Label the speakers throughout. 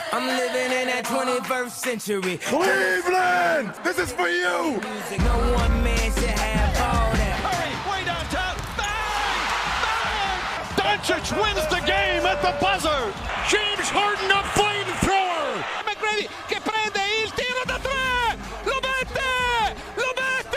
Speaker 1: I'm living in that 21st century.
Speaker 2: Cleveland, this is for you.
Speaker 1: No one man should have all that.
Speaker 3: Hurry, way downtown. Bang! Bang! Doncic wins the game at the buzzer. James Harden, a flamethrower. McGrady che prende il tiro da tre. Lo mette! Lo mette!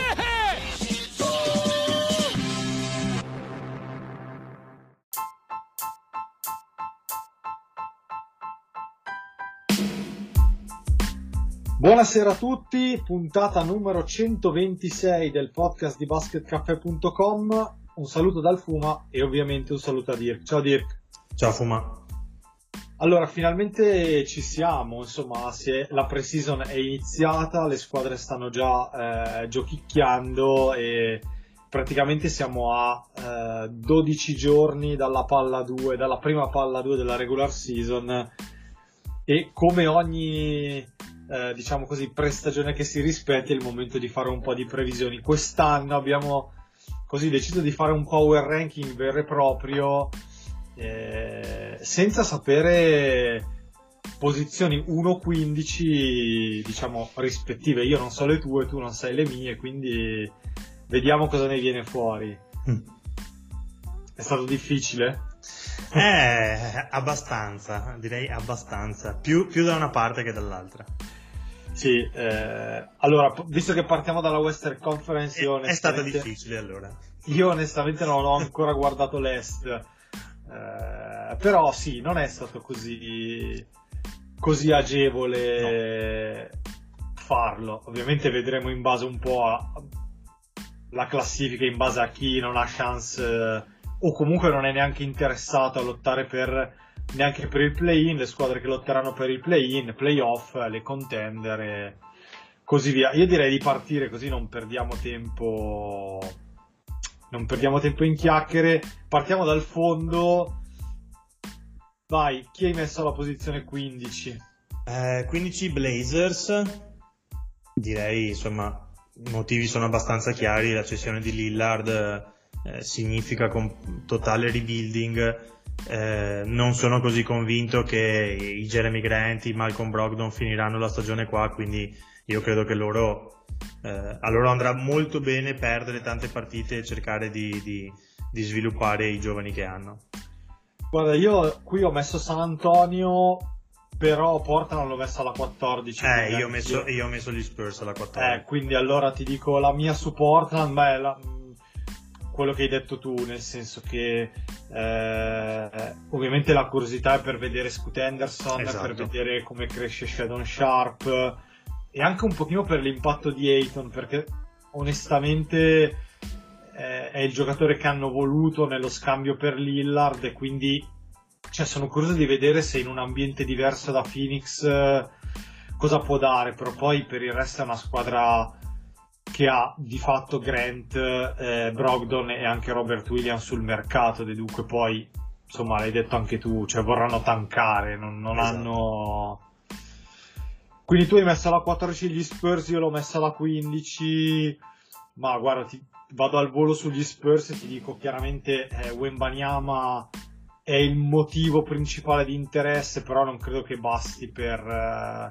Speaker 4: Buonasera a tutti, puntata numero 126 del podcast di basketcaffè.com. Un saluto dal Fuma e ovviamente un saluto a Dirk. Ciao Dirk.
Speaker 5: Ciao Fuma.
Speaker 4: Allora, finalmente ci siamo, insomma, la pre-season è iniziata, le squadre stanno già giochicchiando e praticamente siamo a 12 giorni dalla prima palla 2 della regular season e come ogni diciamo così prestagione che si rispetti è il momento di fare un po' di previsioni. Quest'anno abbiamo così deciso di fare un power ranking vero e proprio senza sapere posizioni 1-15 diciamo rispettive. Io non so le tue, tu non sai le mie, quindi vediamo cosa ne viene fuori. È stato difficile?
Speaker 5: Abbastanza, direi abbastanza, più da una parte che dall'altra.
Speaker 4: Sì, allora, visto che partiamo dalla Western Conference,
Speaker 5: è stato difficile allora.
Speaker 4: Io onestamente non ho ancora guardato l'Est, però sì, non è stato così agevole farlo. Ovviamente vedremo in base un po' alla classifica, in base a chi non ha chance o comunque non è neanche interessato a lottare neanche per il play-in, le squadre che lotteranno per il play-in, play-off, le contender e così via. Io direi di partire così non perdiamo tempo in chiacchiere. Partiamo dal fondo. Vai, chi hai messo alla posizione 15?
Speaker 5: 15 Blazers, direi, insomma, i motivi sono abbastanza chiari. La cessione di Lillard significa con totale rebuilding. Non sono così convinto che i Jeremy Grant, i Malcolm Brogdon finiranno la stagione qua, quindi io credo che a loro andrà molto bene perdere tante partite e cercare di sviluppare i giovani che hanno.
Speaker 4: Guarda, io qui ho messo San Antonio, però Portland l'ho messa alla 14.
Speaker 5: Io ho messo gli Spurs alla 14.
Speaker 4: Quindi allora ti dico la mia su Portland, quello che hai detto tu, nel senso che ovviamente la curiosità è per vedere Scoot Henderson,
Speaker 5: esatto,
Speaker 4: per vedere come cresce Shadon Sharp e anche un pochino per l'impatto di Ayton, perché onestamente è il giocatore che hanno voluto nello scambio per Lillard e quindi sono curioso di vedere se in un ambiente diverso da Phoenix cosa può dare, però poi per il resto è una squadra che ha di fatto Grant, Brogdon e anche Robert Williams sul mercato, e dunque poi insomma l'hai detto anche tu, vorranno tankare, non esatto, hanno. Quindi tu hai messo alla 14 gli Spurs, io l'ho messa alla 15, ma guarda, vado al volo sugli Spurs e ti dico chiaramente Wembanyama è il motivo principale di interesse, però non credo che basti per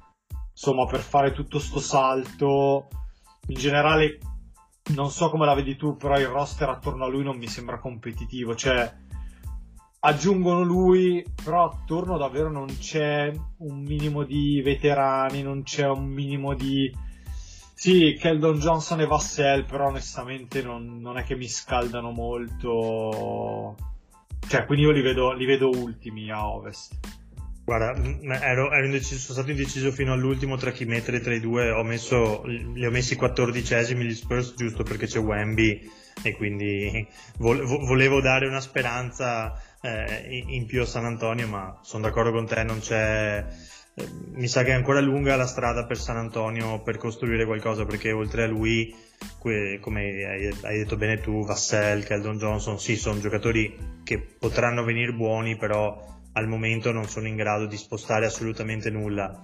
Speaker 4: fare tutto sto salto. In generale non so come la vedi tu, però il roster attorno a lui non mi sembra competitivo, aggiungono lui, però attorno davvero non c'è un minimo di veterani, non c'è un minimo di Keldon Johnson e Vassell, però onestamente non è che mi scaldano molto, quindi io li vedo ultimi a Ovest.
Speaker 5: Guarda, ero indeciso, sono stato indeciso fino all'ultimo tra chi mettere tra i due. Li ho messi 14esimi gli Spurs giusto perché c'è Wemby e quindi volevo dare una speranza in più a San Antonio, ma sono d'accordo con te, non c'è. Mi sa che è ancora lunga la strada per San Antonio per costruire qualcosa, perché oltre a lui, come hai detto bene tu, Vassell, Keldon Johnson, sì, sono giocatori che potranno venire buoni, però al momento non sono in grado di spostare assolutamente nulla.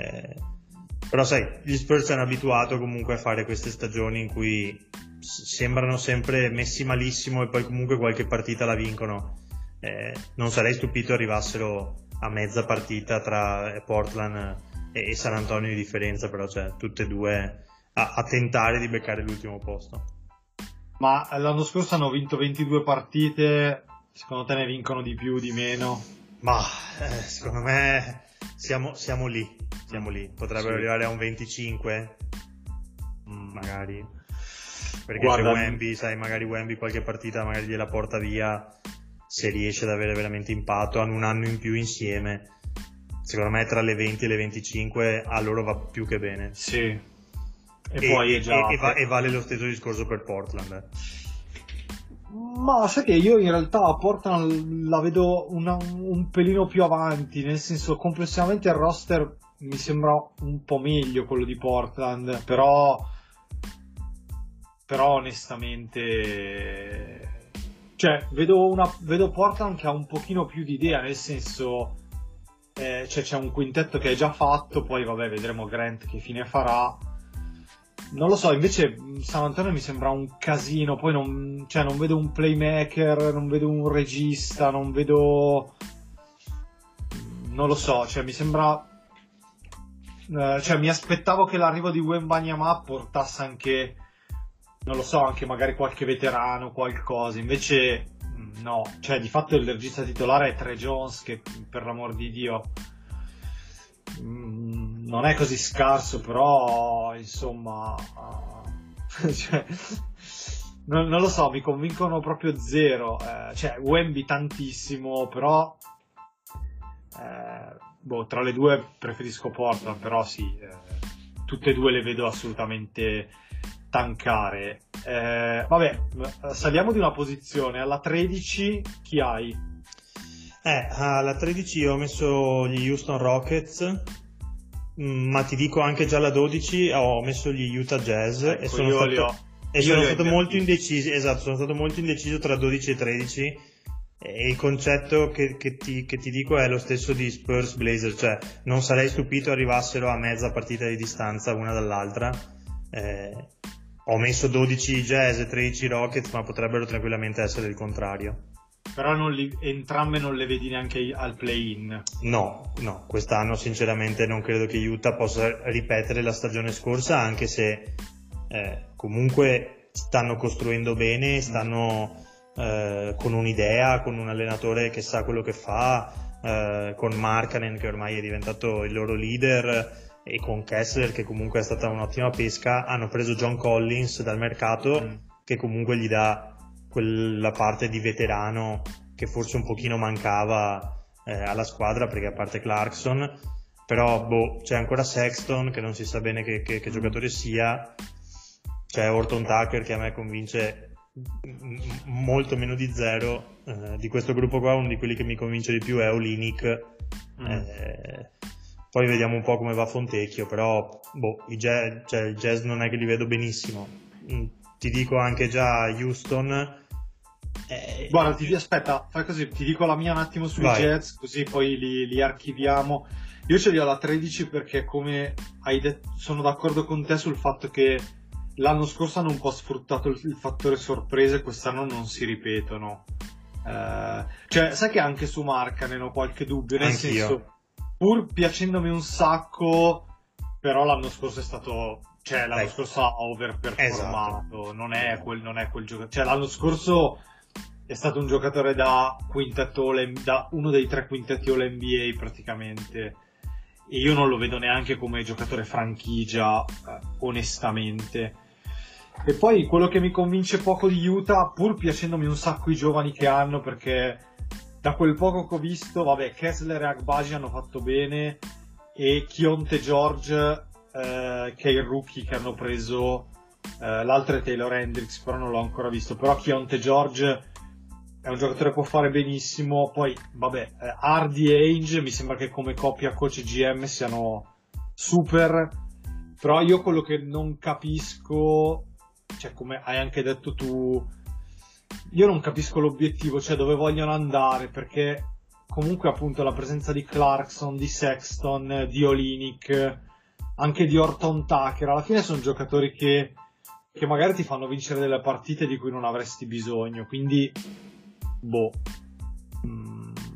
Speaker 5: Però sai, gli Spurs hanno abituato comunque a fare queste stagioni in cui sembrano sempre messi malissimo e poi comunque qualche partita la vincono. Non sarei stupito arrivassero a mezza partita tra Portland e San Antonio di differenza, però cioè tutte e due a tentare di beccare l'ultimo posto.
Speaker 4: Ma l'anno scorso hanno vinto 22 partite, secondo te ne vincono di più, di meno?
Speaker 5: Ma secondo me siamo lì, potrebbero arrivare a un 25 magari, perché
Speaker 4: Guarda,
Speaker 5: se Wemby, sai, magari Wemby qualche partita magari gliela porta via, se riesce ad avere veramente impatto, hanno un anno in più insieme, secondo me tra le 20 e le 25 a loro va più che bene.
Speaker 4: Sì. Poi è già...
Speaker 5: e vale lo stesso discorso per Portland.
Speaker 4: Ma sai che io in realtà a Portland la vedo un pelino più avanti, nel senso, complessivamente il roster mi sembra un po' meglio quello di Portland, però onestamente, cioè vedo Portland che ha un pochino più di idea, nel senso, cioè c'è un quintetto che è già fatto, poi vabbè vedremo Grant che fine farà. Non lo so, invece San Antonio mi sembra un casino, poi non vedo un playmaker, non vedo un regista, non lo so, cioè mi sembra, cioè mi aspettavo che l'arrivo di Wembanyama portasse anche, non lo so, anche magari qualche veterano, qualcosa, invece no, cioè di fatto il regista titolare è Tre Jones, che per l'amor di Dio non è così scarso, però insomma cioè, non lo so, mi convincono proprio zero, cioè Wemby tantissimo, però tra le due preferisco Portland, però sì, tutte e due le vedo assolutamente tankare. Vabbè, saliamo di una posizione, alla 13 chi hai?
Speaker 5: Alla 13 ho messo gli Houston Rockets, ma ti dico anche già alla 12 ho messo gli Utah Jazz,
Speaker 4: ecco,
Speaker 5: e sono stato molto indeciso, esatto, sono stato molto indeciso tra 12 e 13, e il concetto che ti dico è lo stesso di Spurs Blazers, cioè non sarei stupito arrivassero a mezza partita di distanza una dall'altra. Ho messo 12 Jazz e 13 Rockets, ma potrebbero tranquillamente essere il contrario.
Speaker 4: Però entrambe non le vedi neanche al play-in.
Speaker 5: No, quest'anno sinceramente non credo che Utah possa ripetere la stagione scorsa, anche se comunque stanno costruendo bene, stanno con un'idea, con un allenatore che sa quello che fa, con Markkanen che ormai è diventato il loro leader, e con Kessler che comunque è stata un'ottima pesca. Hanno preso John Collins dal mercato, che comunque gli dà quella parte di veterano che forse un pochino mancava alla squadra, perché a parte Clarkson, però c'è ancora Sexton che non si sa bene che giocatore sia, c'è Horton Tucker che a me convince molto meno di zero, di questo gruppo qua uno di quelli che mi convince di più è Olynyk, poi vediamo un po' come va Fontecchio, però il Jazz non è che li vedo benissimo. Ti dico anche già Houston.
Speaker 4: Guarda, aspetta, fai così, ti dico la mia un attimo sui Jazz, così poi li archiviamo. Io ce li ho alla 13 perché, come hai detto, sono d'accordo con te sul fatto che l'anno scorso hanno un po' sfruttato il fattore sorpresa e quest'anno non si ripetono. Cioè, sai che anche su Markkanen ho qualche dubbio, nel senso, pur piacendomi un sacco, però l'anno scorso è stato... Cioè, l'anno scorso ha overperformato, esatto. non è quel giocatore. Cioè, l'anno scorso è stato un giocatore da uno dei 3 quintetti All NBA praticamente. E io non lo vedo neanche come giocatore franchigia, onestamente. E poi quello che mi convince poco di Utah, pur piacendomi un sacco i giovani che hanno, perché da quel poco che ho visto, vabbè, Kessler e Agbaji hanno fatto bene, e Kionte George, che è il rookie che hanno preso, l'altro è Taylor Hendricks, però non l'ho ancora visto, però Kionte George è un giocatore che può fare benissimo. Poi vabbè, Hardy e Ainge mi sembra che come coppia coach e GM siano super, però io quello che non capisco, cioè come hai anche detto tu, io non capisco l'obiettivo, cioè dove vogliono andare, perché comunque appunto la presenza di Clarkson, di Sexton, di Olynyk, anche di Horton Tucker, alla fine sono giocatori che magari ti fanno vincere delle partite di cui non avresti bisogno, quindi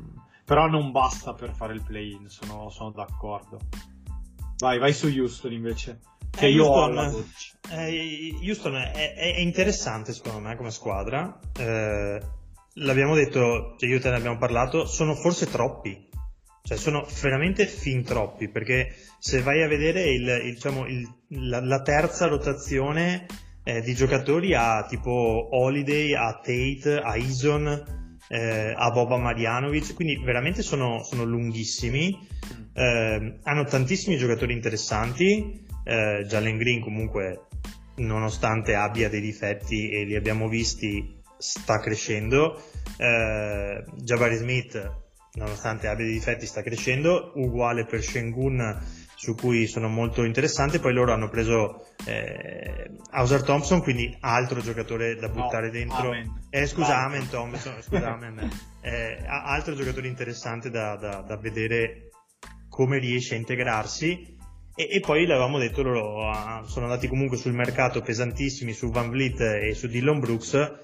Speaker 4: però non basta per fare il play-in, sono d'accordo. Vai su Houston invece, che io ho la 12.
Speaker 5: Houston è interessante secondo me come squadra, l'abbiamo detto, cioè io te ne abbiamo parlato, sono forse troppi, cioè sono veramente fin troppi, perché se vai a vedere la terza rotazione di giocatori a tipo Holiday, a Tate, a Eason, a Boban Marjanovic, quindi veramente sono lunghissimi, hanno tantissimi giocatori interessanti. Jalen Green comunque, nonostante abbia dei difetti e li abbiamo visti, sta crescendo. Jabari Smith, nonostante abbia dei difetti, sta crescendo, uguale per Şengün, su cui sono molto interessante. Poi loro hanno preso Ausar Thompson, quindi altro giocatore da buttare dentro. Amen Thompson, altro giocatore interessante da vedere come riesce a integrarsi. E poi l'avevamo detto, loro sono andati comunque sul mercato pesantissimi su Van Vliet e su Dillon Brooks,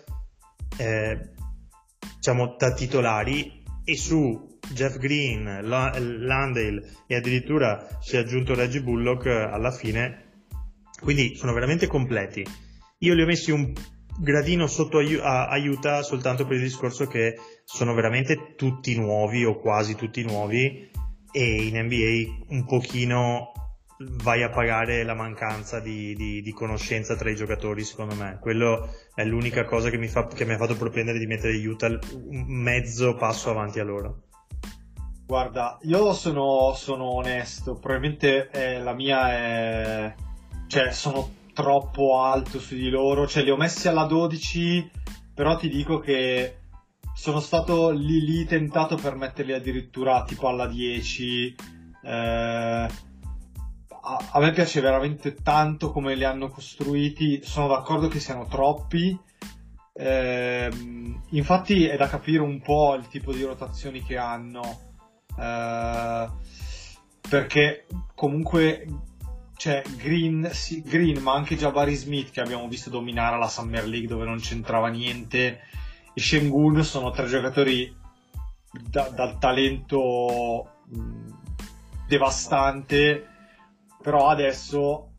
Speaker 5: diciamo da titolari, e su Jeff Green, Landale, e addirittura si è aggiunto Reggie Bullock alla fine, quindi sono veramente completi. Io li ho messi un gradino sotto a Utah soltanto per il discorso che sono veramente tutti nuovi o quasi tutti nuovi, e in NBA un pochino vai a pagare la mancanza di conoscenza tra i giocatori. Secondo me quello è l'unica cosa che mi ha fatto propendere di mettere Utah un mezzo passo avanti a loro.
Speaker 4: Guarda, io sono onesto, probabilmente la mia è, cioè sono troppo alto su di loro, cioè li ho messi alla 12, però ti dico che sono stato lì tentato per metterli addirittura tipo alla 10. A me piace veramente tanto come li hanno costruiti, sono d'accordo che siano troppi, infatti è da capire un po' il tipo di rotazioni che hanno, perché comunque c'è Green, ma anche Jabari Smith, che abbiamo visto dominare la Summer League dove non c'entrava niente, e Şengün, sono tre giocatori dal talento devastante, però adesso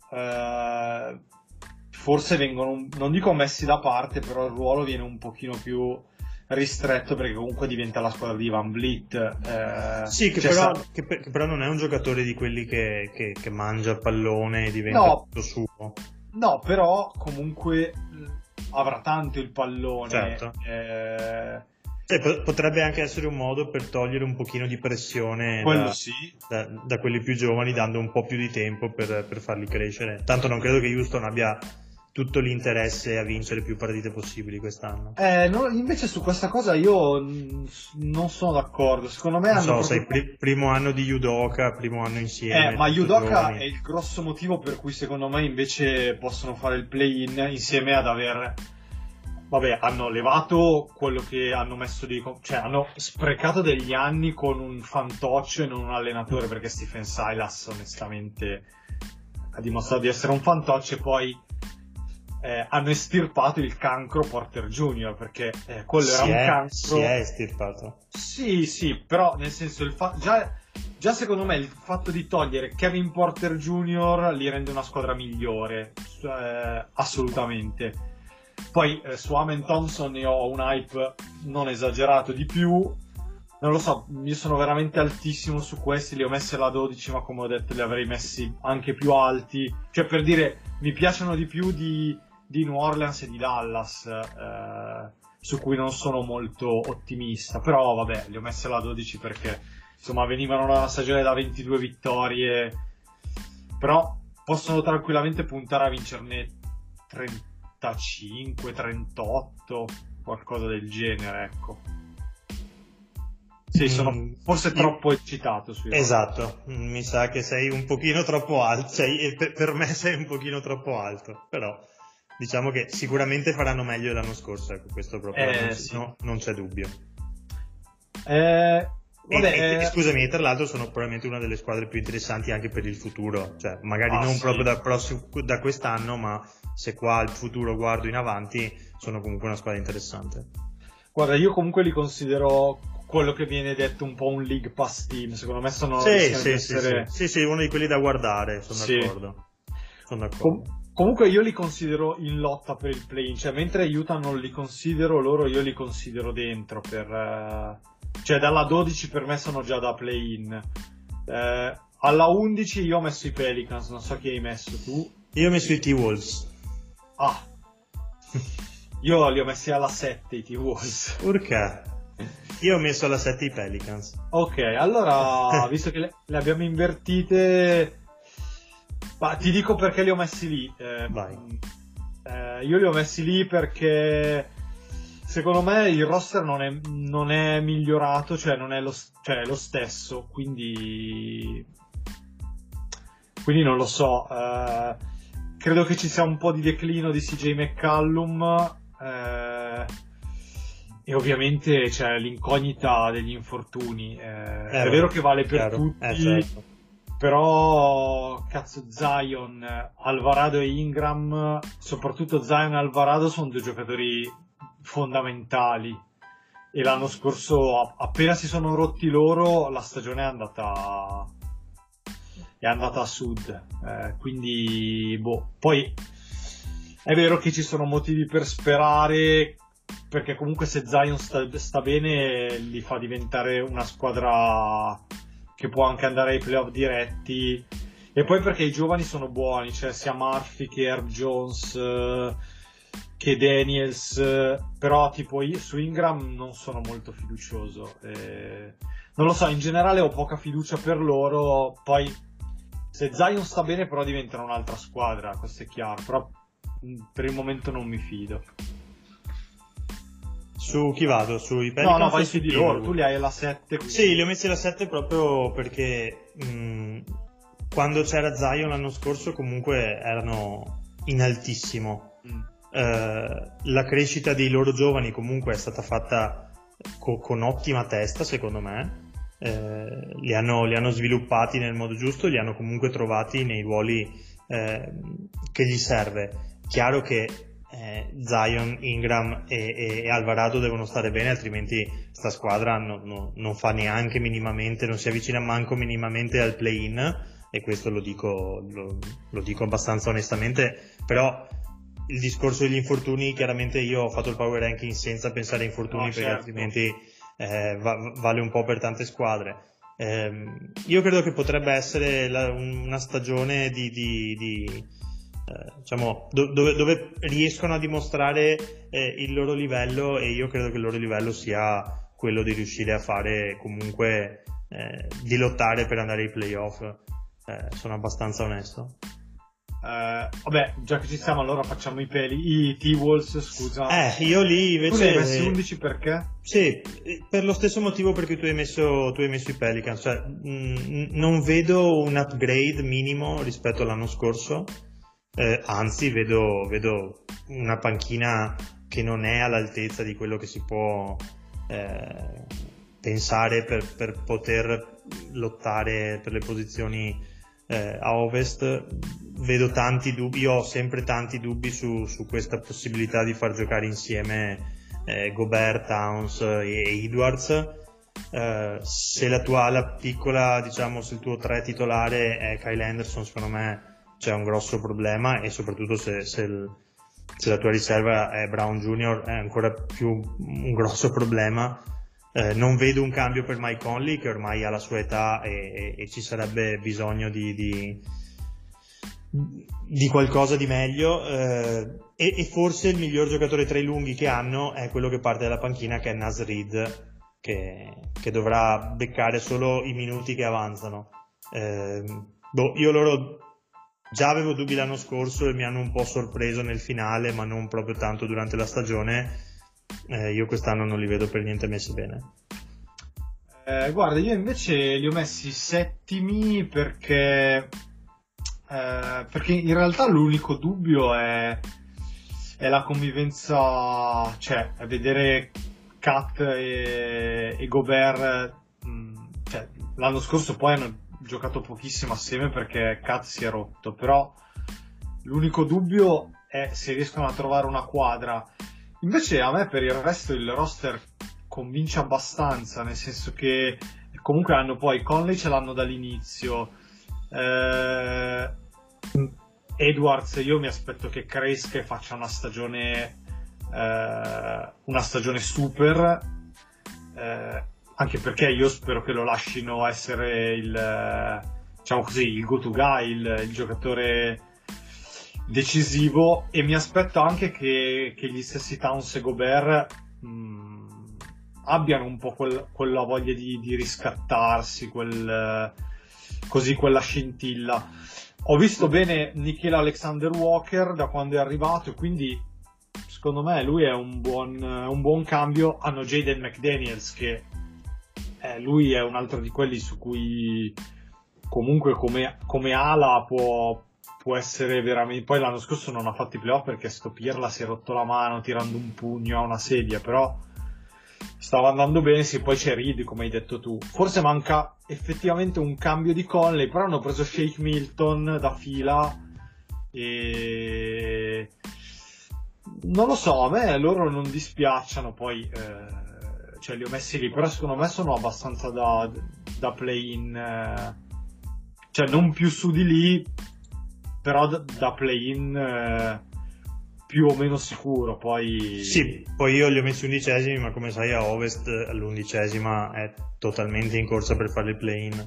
Speaker 4: forse vengono, non dico messi da parte, però il ruolo viene un pochino più ristretto, perché comunque diventa la squadra di Van Vliet.
Speaker 5: Sì, che però non è un giocatore di quelli che mangia pallone e diventa tutto suo.
Speaker 4: No, però comunque avrà tanto il pallone.
Speaker 5: Certo. Potrebbe anche essere un modo per togliere un pochino di pressione da quelli più giovani, dando un po' più di tempo per farli crescere. Tanto non credo che Houston abbia tutto l'interesse a vincere più partite possibili quest'anno.
Speaker 4: No, invece su questa cosa io non sono d'accordo. Secondo me
Speaker 5: sei primo anno di Udoka, primo anno insieme.
Speaker 4: Ma Udoka è il grosso motivo per cui secondo me invece possono fare il play-in insieme ad aver... Vabbè, hanno levato quello che hanno messo cioè hanno sprecato degli anni con un fantoccio e non un allenatore, perché Stephen Silas onestamente ha dimostrato di essere un fantoccio, e poi hanno estirpato il cancro Porter Jr., perché quello era un cancro.
Speaker 5: Si è estirpato.
Speaker 4: Sì, però nel senso già secondo me il fatto di togliere Kevin Porter Jr. li rende una squadra migliore, assolutamente. Poi su Amen Thompson io ho un hype non esagerato di più, non lo so, io sono veramente altissimo su questi, li ho messi alla 12, ma come ho detto li avrei messi anche più alti, cioè per dire mi piacciono di più di New Orleans e di Dallas, su cui non sono molto ottimista, però vabbè, li ho messi alla 12 perché insomma venivano da una stagione da 22 vittorie, però possono tranquillamente puntare a vincerne 35, 38, qualcosa del genere, ecco. Sì, sono forse troppo eccitato sui
Speaker 5: Esatto, mi sa che sei un pochino troppo alto, cioè, per me sei un pochino troppo alto, però diciamo che sicuramente faranno meglio l'anno scorso, ecco, questo proprio non c'è dubbio. E scusami, tra l'altro sono probabilmente una delle squadre più interessanti anche per il futuro, cioè magari non proprio da quest'anno, ma se qua al futuro guardo in avanti sono comunque una squadra interessante.
Speaker 4: Guarda, io comunque li considero quello che viene detto un po' un League Pass team, secondo me sono
Speaker 5: sì, uno di quelli da guardare, sono d'accordo.
Speaker 4: Comunque io li considero in lotta per il play-in, cioè mentre Utah non li considero, loro io li considero dentro cioè dalla 12 per me sono già da play-in. Alla 11 io ho messo i Pelicans, non so chi hai messo tu.
Speaker 5: Io ho messo i T-Wolves.
Speaker 4: Io li ho messi alla 7 i T-Wolves.
Speaker 5: Perché? Io ho messo alla 7 i Pelicans.
Speaker 4: Ok, allora visto che le abbiamo invertite, ti dico perché li ho messi lì.
Speaker 5: Vai.
Speaker 4: Io li ho messi lì perché secondo me il roster non è migliorato, cioè non è è lo stesso, quindi non lo so. Credo che ci sia un po' di declino di CJ McCallum, e ovviamente c'è l'incognita degli infortuni. È vero che vale per tutti,
Speaker 5: certo.
Speaker 4: Però cazzo, Zion, Alvarado e Ingram, soprattutto Zion e Alvarado, sono due giocatori fondamentali, e l'anno scorso appena si sono rotti loro la stagione è andata a sud, quindi poi è vero che ci sono motivi per sperare, perché comunque se Zion sta bene li fa diventare una squadra che può anche andare ai playoff diretti, e poi perché i giovani sono buoni, cioè sia Murphy che Herb Jones che Daniels, però tipo io su Ingram non sono molto fiducioso, non lo so, in generale ho poca fiducia per loro. Poi se Zion sta bene però diventano un'altra squadra, questo è chiaro, però per il momento non mi fido.
Speaker 5: Su chi vado? Sui Pelicans?
Speaker 4: No, vai su di loro, tu li hai alla 7. Quindi...
Speaker 5: Sì, li ho messi alla 7 proprio perché quando c'era Zion l'anno scorso comunque erano in altissimo. La crescita dei loro giovani comunque è stata fatta con ottima testa, secondo me. Li hanno sviluppati nel modo giusto, li hanno comunque trovati nei ruoli che gli serve. Chiaro che Zion, Ingram e Alvarado devono stare bene, altrimenti sta squadra non fa neanche minimamente, non si avvicina manco minimamente al play-in, e questo lo dico abbastanza onestamente. Però il discorso degli infortuni, chiaramente io ho fatto il power ranking senza pensare a infortuni, perché
Speaker 4: certo,
Speaker 5: altrimenti vale un po' per tante squadre. Io credo che potrebbe essere una stagione diciamo dove riescono a dimostrare il loro livello, e io credo che il loro livello sia quello di riuscire a fare comunque di lottare per andare ai playoff. Sono abbastanza onesto.
Speaker 4: Vabbè, già che ci siamo, allora facciamo i T-Wolves, scusa.
Speaker 5: Io lì invece...
Speaker 4: Tu ne hai messi 11 perché?
Speaker 5: Sì, per lo stesso motivo perché tu hai messo i Pelicans, cioè non vedo un upgrade minimo rispetto all'anno scorso, anzi vedo una panchina che non è all'altezza di quello che si può pensare per poter lottare per le posizioni a Ovest. Vedo tanti dubbi, io ho sempre tanti dubbi su questa possibilità di far giocare insieme Gobert, Towns e Edwards. Se la piccola, diciamo, se il tuo 3 titolare è Kyle Anderson, secondo me c'è un grosso problema, e soprattutto se la tua riserva è Brown Jr. è ancora più un grosso problema. Non vedo un cambio per Mike Conley, che ormai ha la sua età e ci sarebbe bisogno di qualcosa di meglio, e forse il miglior giocatore tra i lunghi che hanno è quello che parte dalla panchina, che è Naz Reid, che dovrà beccare solo i minuti che avanzano. Io loro già avevo dubbi l'anno scorso e mi hanno un po' sorpreso nel finale, ma non proprio tanto durante la stagione. Io quest'anno non li vedo per niente messi bene.
Speaker 4: Guarda, io invece li ho messi settimi perché in realtà l'unico dubbio è la convivenza, cioè è vedere Cat e Gobert. Cioè, l'anno scorso poi hanno giocato pochissimo assieme perché Cat si è rotto, però l'unico dubbio è se riescono a trovare una quadra. Invece a me per il resto il roster convince abbastanza, nel senso che comunque hanno poi Conley, ce l'hanno dall'inizio, Edwards, io mi aspetto che cresca e faccia una stagione super, anche perché io spero che lo lasciino essere diciamo così, il go-to guy, il giocatore decisivo, e mi aspetto anche che gli stessi Towns e Gobert abbiano un po' quella voglia di riscattarsi, quella scintilla. Ho visto bene Nickeil Alexander-Walker da quando è arrivato, e quindi secondo me lui è un buon cambio. Hanno Jaden McDaniels, che lui è un altro di quelli su cui comunque come ala può essere veramente. Poi l'anno scorso non ha fatto i playoff perché sto Pirla si è rotto la mano tirando un pugno a una sedia, però stava andando bene. Sì, poi c'è Reed, come hai detto tu. Forse manca effettivamente un cambio di Conley, però hanno preso Shake Milton da fila e non lo so, a me loro non dispiacciono. Poi cioè li ho messi lì, però secondo me sono abbastanza da play-in, cioè non più su di lì, però da play-in più o meno sicuro. Poi
Speaker 5: sì, poi io li ho messi 11esimi, ma come sai a Ovest all'11esima è totalmente in corsa per fare il play-in.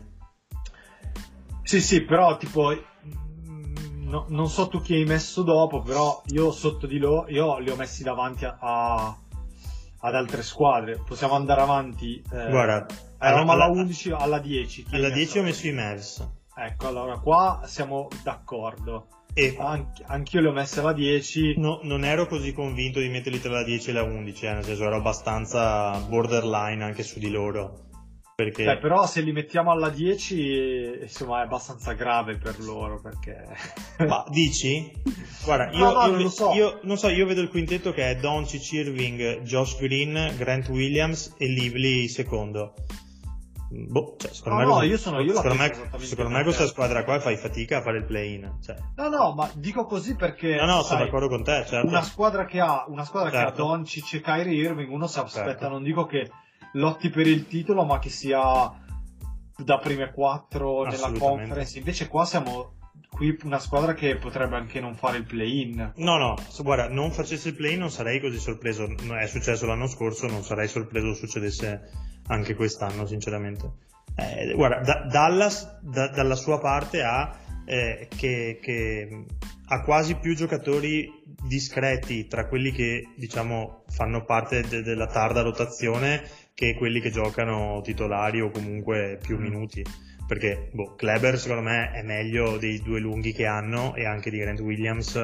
Speaker 4: Sì, però tipo non so tu chi hai messo dopo, però io sotto di loro io li ho messi davanti ad altre squadre. Possiamo andare avanti.
Speaker 5: Guarda,
Speaker 4: eravamo alla 11, alla 10.
Speaker 5: Alla 10 ho messo i Mavs.
Speaker 4: Ecco, allora qua siamo d'accordo. E anch'io le ho messe alla 10.
Speaker 5: No, non ero così convinto di metterli tra la 10 e la 11, nel senso ero abbastanza borderline anche su di loro. Perché...
Speaker 4: però se li mettiamo alla 10, insomma, è abbastanza grave per loro, perché...
Speaker 5: Ma dici? Guarda, io non so, io vedo il quintetto che è Doncic, Irving, Josh Green, Grant Williams e Lively secondo. Boh, cioè, secondo me questa squadra qua fai fatica a fare il play-in, cioè.
Speaker 4: No, ma dico così perché
Speaker 5: sono d'accordo con te, certo.
Speaker 4: Una squadra che ha Doncic e Kyrie Irving, uno si aspetta, certo. Non dico che lotti per il titolo, ma che sia da prime 4 nella conference. Invece qua siamo qui una squadra che potrebbe anche non fare il play-in.
Speaker 5: No, guarda, non facesse il play-in non sarei così sorpreso. È successo l'anno scorso, non sarei sorpreso succedesse anche quest'anno, sinceramente. Guarda, Dallas dalla sua parte ha che ha quasi più giocatori discreti tra quelli che diciamo fanno parte della tarda rotazione che quelli che giocano titolari o comunque più minuti, perché Kleber secondo me è meglio dei due lunghi che hanno e anche di Grant Williams.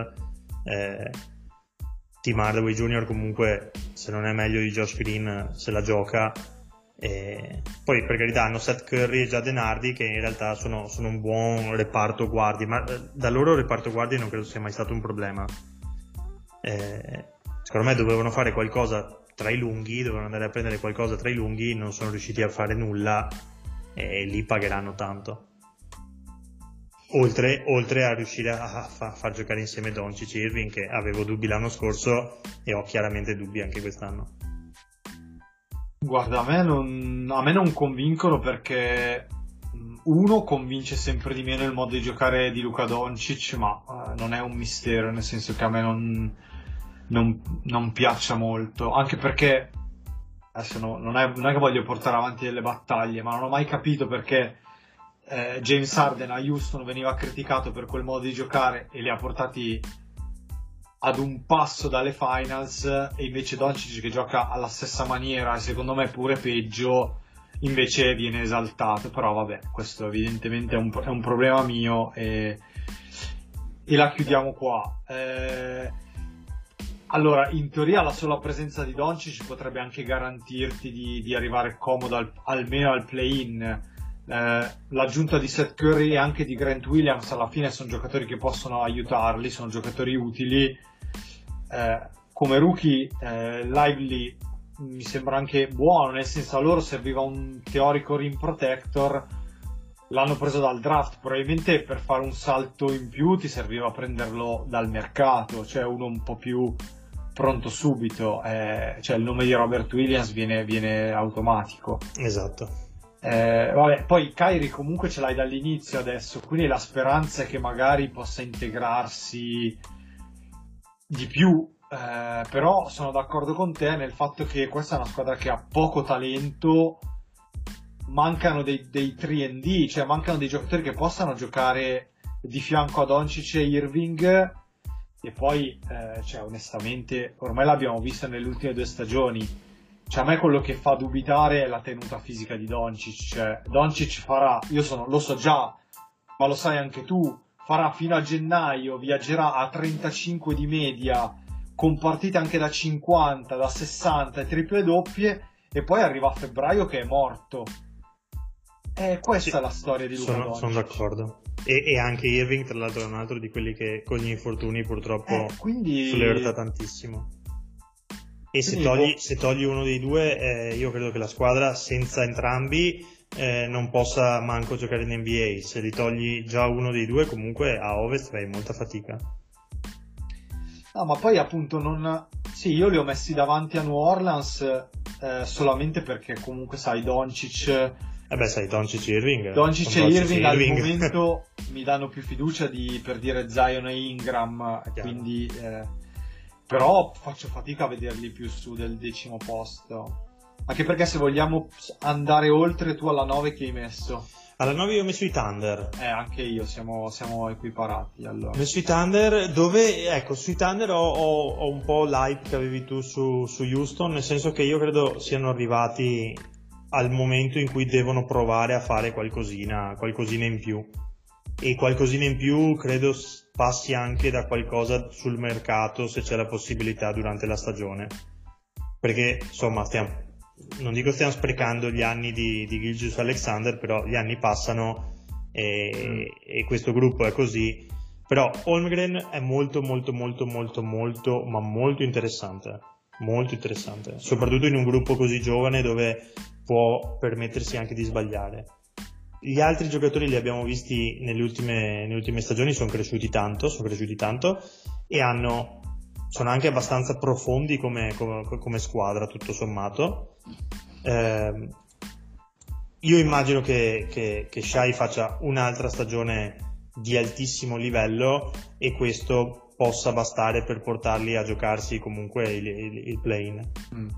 Speaker 5: Tim Hardaway Jr. comunque, se non è meglio di Josh Green, se la gioca. Poi per carità hanno Seth Curry e Jaden Hardy che in realtà sono un buon reparto guardi, ma da loro reparto guardi non credo sia mai stato un problema. Secondo me dovevano fare qualcosa tra i lunghi, dovevano andare a prendere qualcosa tra i lunghi, non sono riusciti a fare nulla e lì pagheranno tanto, oltre a riuscire a far giocare insieme Doncic e Irving, che avevo dubbi l'anno scorso e ho chiaramente dubbi anche quest'anno.
Speaker 4: Guarda, a me non convincono, perché uno convince sempre di meno il modo di giocare di Luka Doncic, ma non è un mistero, nel senso che a me non piaccia molto, anche perché adesso non è che voglio portare avanti delle battaglie, ma non ho mai capito perché James Harden a Houston veniva criticato per quel modo di giocare e li ha portati ad un passo dalle finals, e invece Doncic, che gioca alla stessa maniera e secondo me pure peggio, invece viene esaltato. Però vabbè, questo evidentemente è un problema mio e la chiudiamo qua. Allora, in teoria la sola presenza di Doncic potrebbe anche garantirti di arrivare comodo almeno al play-in. L'aggiunta di Seth Curry e anche di Grant Williams alla fine sono giocatori che possono aiutarli, sono giocatori utili. Come rookie Lively mi sembra anche buono, nel senso a loro serviva un teorico rim protector, l'hanno preso dal draft, probabilmente per fare un salto in più ti serviva prenderlo dal mercato, cioè uno un po' più pronto subito, cioè il nome di Robert Williams viene automatico.
Speaker 5: Esatto.
Speaker 4: Vabbè, poi Kyrie comunque ce l'hai dall'inizio adesso, quindi la speranza è che magari possa integrarsi di più, però sono d'accordo con te nel fatto che questa è una squadra che ha poco talento, mancano dei 3&D, cioè mancano dei giocatori che possano giocare di fianco a Doncic e Irving, e poi cioè onestamente ormai l'abbiamo visto nelle ultime 2 stagioni. Cioè, a me quello che fa dubitare è la tenuta fisica di Doncic. Cioè, Doncic farà, lo so già, ma lo sai anche tu, farà fino a gennaio, viaggerà a 35 di media, con partite anche da 50, da 60 e triple doppie, e poi arriva a febbraio che è morto. Questa è la storia di Luka Doncic.
Speaker 5: Sono d'accordo. E anche Irving, tra l'altro, è un altro di quelli che con gli infortuni purtroppo flirta tantissimo. E se togli uno dei due, io credo che la squadra senza entrambi non possa manco giocare in NBA. Se li togli già uno dei due, comunque a Ovest fai molta fatica.
Speaker 4: No, ma poi appunto sì, io li ho messi davanti a New Orleans solamente perché comunque sai Doncic
Speaker 5: Doncic e Irving.
Speaker 4: Doncic e Irving al momento mi danno più fiducia per dire Zion e Ingram, quindi però faccio fatica a vederli più su del 10° posto, anche perché se vogliamo andare oltre, tu alla 9 che hai messo?
Speaker 5: Alla 9 io ho messo i Thunder.
Speaker 4: Anche io, siamo equiparati allora.
Speaker 5: Ho messo i Thunder, dove, ecco, sui Thunder ho un po' l'hype che avevi tu su Houston, nel senso che io credo siano arrivati al momento in cui devono provare a fare qualcosina in più. E qualcosina in più credo passi anche da qualcosa sul mercato, se c'è la possibilità durante la stagione, perché insomma non dico stiamo sprecando gli anni di Gilgeous-Alexander, però gli anni passano e questo gruppo è così. Però Holmgren è molto molto molto molto molto ma molto interessante, soprattutto in un gruppo così giovane dove può permettersi anche di sbagliare. Gli altri giocatori li abbiamo visti nelle ultime stagioni, sono cresciuti tanto e sono anche abbastanza profondi come squadra, tutto sommato. Io immagino che Shai faccia un'altra stagione di altissimo livello e questo possa bastare per portarli a giocarsi comunque il play-in.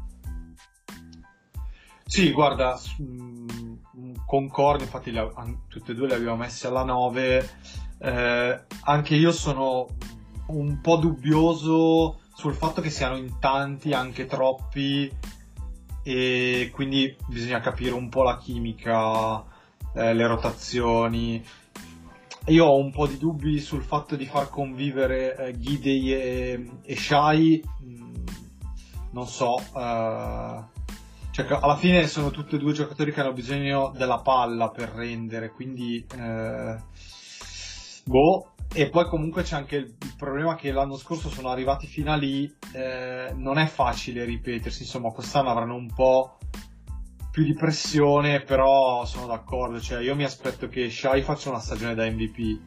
Speaker 4: Sì, guarda, concordo, infatti tutte e due le abbiamo messe alla 9. Anche io sono un po' dubbioso sul fatto che siano in tanti, anche troppi, e quindi bisogna capire un po' la chimica, le rotazioni. Io ho un po' di dubbi sul fatto di far convivere Giddey e Shai, non so, cioè alla fine sono tutti e due giocatori che hanno bisogno della palla per rendere, quindi e poi comunque c'è anche il problema che l'anno scorso sono arrivati fino a lì, non è facile ripetersi, insomma quest'anno avranno un po' più di pressione, però sono d'accordo, cioè io mi aspetto che Shai faccia una stagione da MVP.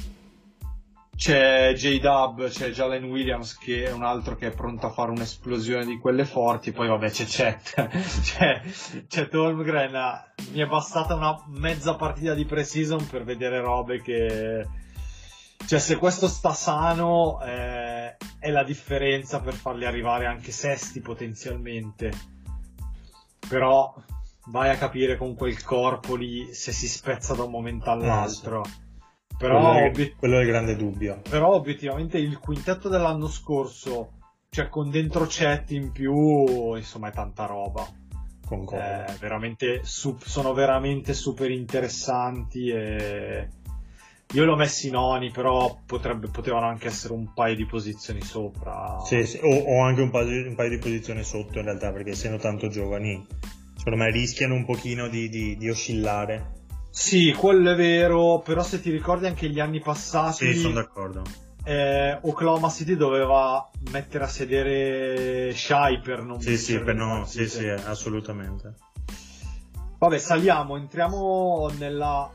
Speaker 4: C'è J-Dub, c'è Jalen Williams che è un altro che è pronto a fare un'esplosione di quelle forti, poi vabbè c'è Chet, c'è Holmgren. Mi è bastata una mezza partita di pre-season per vedere robe che, cioè se questo sta sano è la differenza per farli arrivare anche sesti potenzialmente, però vai a capire con quel corpo lì se si spezza da un momento all'altro. Però
Speaker 5: quello è il grande dubbio.
Speaker 4: Però obiettivamente il quintetto dell'anno scorso, cioè con dentro Chet in più, insomma è tanta roba.
Speaker 5: Concordo.
Speaker 4: Sono veramente super interessanti e io l'ho messi noni, però potevano anche essere un paio di posizioni sopra.
Speaker 5: Sì, o anche un paio di posizioni sotto in realtà, perché essendo tanto giovani secondo me rischiano un pochino di oscillare.
Speaker 4: Sì, quello è vero, però se ti ricordi anche gli anni passati,
Speaker 5: sì, sono d'accordo.
Speaker 4: Oklahoma City doveva mettere a sedere Shai per non
Speaker 5: sì, assolutamente.
Speaker 4: Vabbè, entriamo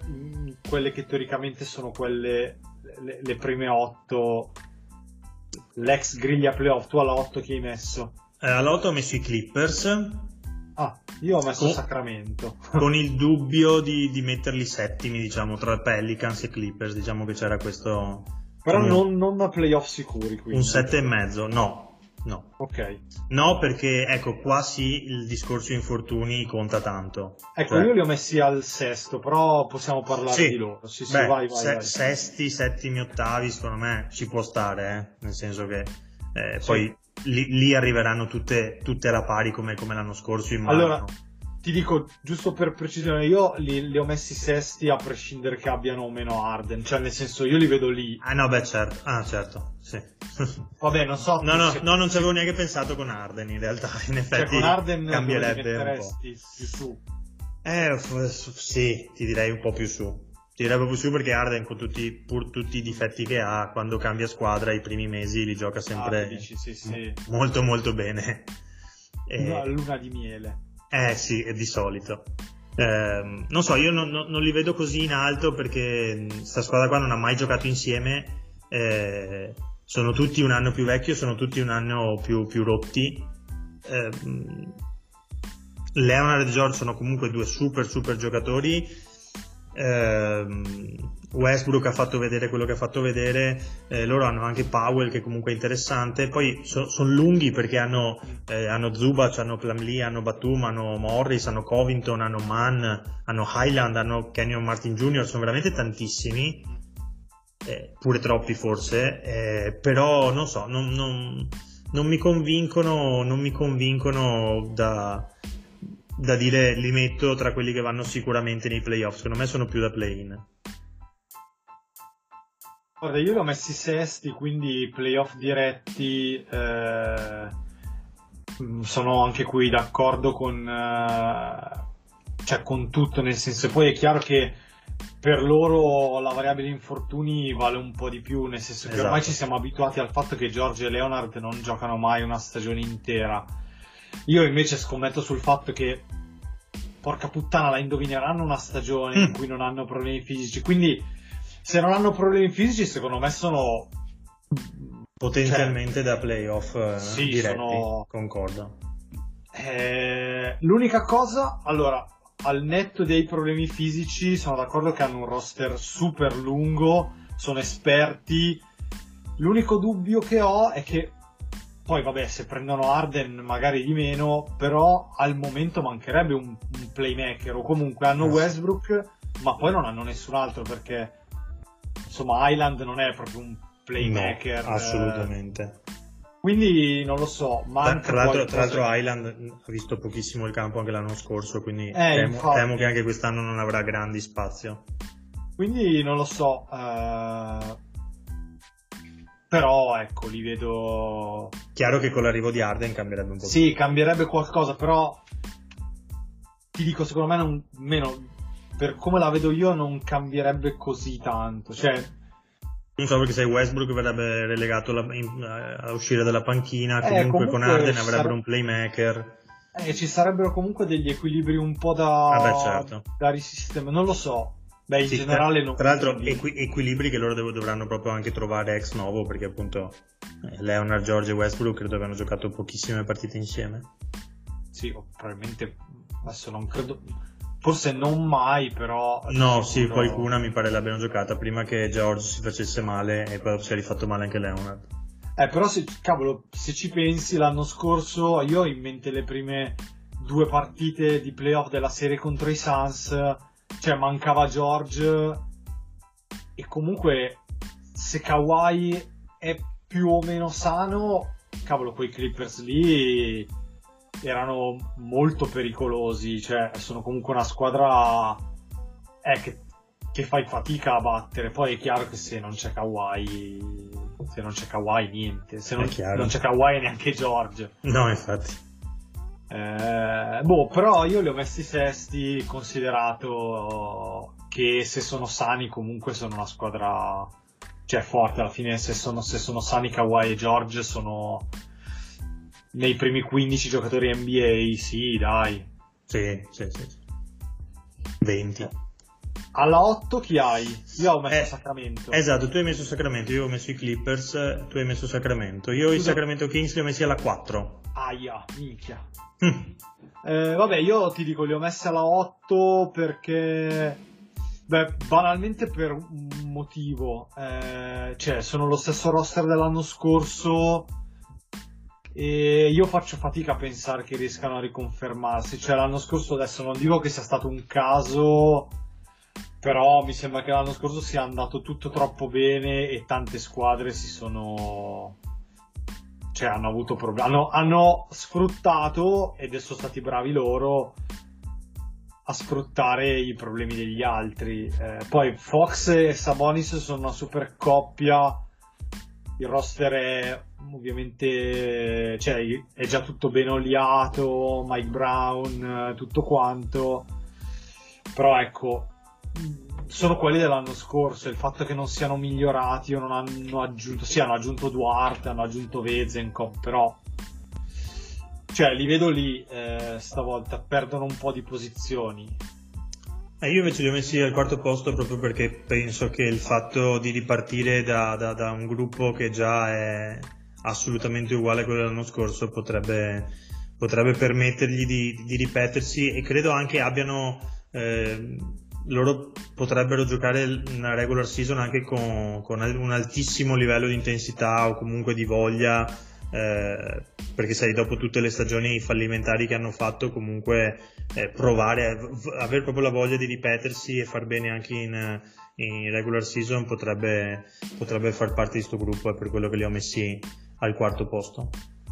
Speaker 4: quelle che teoricamente sono quelle le prime 8. l'ex griglia playoff. Tu alla 8 chi hai messo?
Speaker 5: Alla 8 ho messo i Clippers.
Speaker 4: Io ho messo Sacramento.
Speaker 5: Con il dubbio di metterli settimi, diciamo, tra Pelicans e Clippers, diciamo che c'era questo...
Speaker 4: Però non a playoff sicuri, quindi.
Speaker 5: Un 7,5, no.
Speaker 4: Ok.
Speaker 5: No, perché, ecco, qua sì, il discorso infortuni conta tanto.
Speaker 4: Ecco, io li ho messi al sesto, però possiamo parlare di loro. Sì,
Speaker 5: beh,
Speaker 4: vai.
Speaker 5: Sesti, settimi, ottavi, secondo me ci può stare, nel senso che
Speaker 4: sì.
Speaker 5: Poi lì arriveranno tutte alla pari come l'anno scorso, immagino.
Speaker 4: Allora, ti dico, giusto per precisione, io li ho messi sesti a prescindere che abbiano o meno Harden, cioè nel senso io li vedo lì.
Speaker 5: Certo, sì.
Speaker 4: Vabbè, non so.
Speaker 5: No, non ci avevo neanche pensato con Harden, in realtà, in effetti
Speaker 4: con Harden
Speaker 5: cambierebbe un po'.
Speaker 4: Più su.
Speaker 5: Sì, ti direi un po' più su. Ti direi proprio su, perché Harden, con pur tutti i difetti che ha, quando cambia squadra i primi mesi li gioca sempre
Speaker 4: sì.
Speaker 5: molto molto bene.
Speaker 4: Luna di miele.
Speaker 5: Sì, di solito. Non so, io non li vedo così in alto, perché sta squadra qua non ha mai giocato insieme, sono tutti un anno più vecchio, sono tutti un anno più rotti. Leonard e George sono comunque due super giocatori. Westbrook ha fatto vedere quello che ha fatto vedere, loro hanno anche Powell, che comunque è interessante. Poi sono lunghi, perché hanno Zubac, hanno Plumlee, hanno Batum, hanno Morris, hanno Covington, hanno Mann, hanno Highland, hanno Kenyon Martin Jr. Sono veramente tantissimi, pure troppi forse, però non so, non mi convincono da dire li metto tra quelli che vanno sicuramente nei playoff. Secondo me sono più da play-in.
Speaker 4: Guarda, io li ho messi sesti, quindi playoff diretti. Sono anche qui d'accordo con tutto, nel senso, poi è chiaro che per loro la variabile infortuni vale un po' di più, nel senso che ormai ci siamo abituati al fatto che George e Leonard non giocano mai una stagione intera. Io invece scommetto sul fatto che, porca puttana, la indovineranno una stagione in cui non hanno problemi fisici. Quindi, se non hanno problemi fisici, secondo me sono
Speaker 5: potenzialmente da playoff diretti. Concordo.
Speaker 4: L'unica cosa, allora, al netto dei problemi fisici, sono d'accordo che hanno un roster super lungo, sono esperti. L'unico dubbio che ho è che poi, vabbè, se prendono Harden magari di meno, però al momento mancherebbe un playmaker, o comunque hanno Westbrook, ma poi non hanno nessun altro, perché insomma Highland non è proprio un playmaker.
Speaker 5: No, assolutamente.
Speaker 4: Quindi non lo so.
Speaker 5: Tra l'altro Highland ha visto pochissimo il campo anche l'anno scorso, quindi temo che anche quest'anno non avrà grandi spazio.
Speaker 4: Quindi non lo so. Però ecco, li vedo.
Speaker 5: Chiaro che con l'arrivo di Harden cambierebbe un po'.
Speaker 4: Sì, cambierebbe qualcosa, però ti dico, secondo me meno, per come la vedo io, non così tanto. Cioè,
Speaker 5: non so, perché se Westbrook verrebbe relegato a uscire dalla panchina, comunque con Harden avrebbero un playmaker.
Speaker 4: Ci sarebbero comunque degli equilibri un po' da risistemare, non lo so. Beh, in generale non.
Speaker 5: Tra l'altro equilibri che loro dovranno proprio anche trovare ex novo, perché appunto Leonard, George e Westbrook credo abbiano giocato pochissime partite insieme.
Speaker 4: Sì, probabilmente, adesso non credo, forse non mai, però
Speaker 5: no, sì, qualcuna mi pare l'abbiano giocata prima che George si facesse male, e poi si è rifatto male anche Leonard.
Speaker 4: Però se ci pensi, l'anno scorso io ho in mente le prime 2 partite di playoff della serie contro i Suns. Cioè, mancava George, e comunque se Kawhi è più o meno sano, cavolo, quei Clippers lì erano molto pericolosi. Cioè, sono comunque una squadra che fai fatica a battere. Poi è chiaro che se non c'è Kawhi niente, se non c'è Kawhi neanche George.
Speaker 5: No, infatti.
Speaker 4: Però io li ho messi sesti, considerato che se sono sani comunque sono una squadra, cioè, forte. Alla fine, se sono sani Kawhi e George, sono nei primi 15 giocatori NBA. Sì, dai.
Speaker 5: Sì. 20.
Speaker 4: Alla 8 chi hai? Io ho messo Sacramento.
Speaker 5: Esatto, tu hai messo Sacramento, io ho messo i Clippers, tu hai messo Sacramento. Io i Sacramento Kings li ho messi alla 4.
Speaker 4: Aia, minchia. Vabbè, io ti dico, li ho messi alla 8 perché... banalmente per un motivo. Cioè, sono lo stesso roster dell'anno scorso e io faccio fatica a pensare che riescano a riconfermarsi. Cioè, l'anno scorso, adesso non dico che sia stato un caso... Però mi sembra che l'anno scorso sia andato tutto troppo bene e tante squadre hanno avuto problemi, hanno sfruttato, ed sono stati bravi loro a sfruttare i problemi degli altri. Poi Fox e Sabonis sono una super coppia, il roster è ovviamente, cioè, è già tutto ben oliato, Mike Brown, tutto quanto, però ecco, sono quelli dell'anno scorso. Il fatto che non siano migliorati o non hanno aggiunto, sì, hanno aggiunto Duarte, hanno aggiunto Vezenkov, però cioè li vedo lì, stavolta perdono un po' di posizioni.
Speaker 5: Io invece li ho messi al quarto posto proprio perché penso che il fatto di ripartire da un gruppo che già è assolutamente uguale a quello dell'anno scorso potrebbe permettergli di ripetersi, e credo anche abbiano loro potrebbero giocare una regular season anche con un altissimo livello di intensità o comunque di voglia, perché sai, dopo tutte le stagioni fallimentari che hanno fatto, comunque provare, avere proprio la voglia di ripetersi e far bene anche in regular season potrebbe far parte di questo gruppo, e per quello che li ho messi al quarto posto.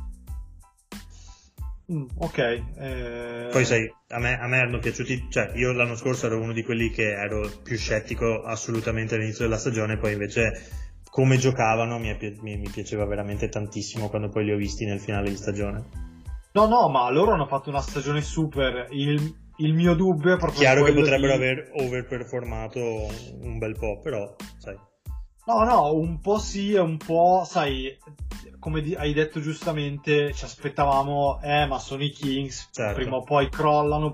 Speaker 4: Ok.
Speaker 5: Poi sai, a me erano piaciuti, cioè io l'anno scorso ero uno di quelli che ero più scettico assolutamente all'inizio della stagione, poi invece come giocavano mi piaceva veramente tantissimo quando poi li ho visti nel finale di stagione. No,
Speaker 4: ma loro hanno fatto una stagione super. Il mio dubbio è proprio
Speaker 5: chiaro che potrebbero aver overperformato un bel po', però sai.
Speaker 4: No, un po' sì e un po', sai, come hai detto giustamente, ci aspettavamo, ma sono i Kings,
Speaker 5: certo.
Speaker 4: Prima o poi crollano,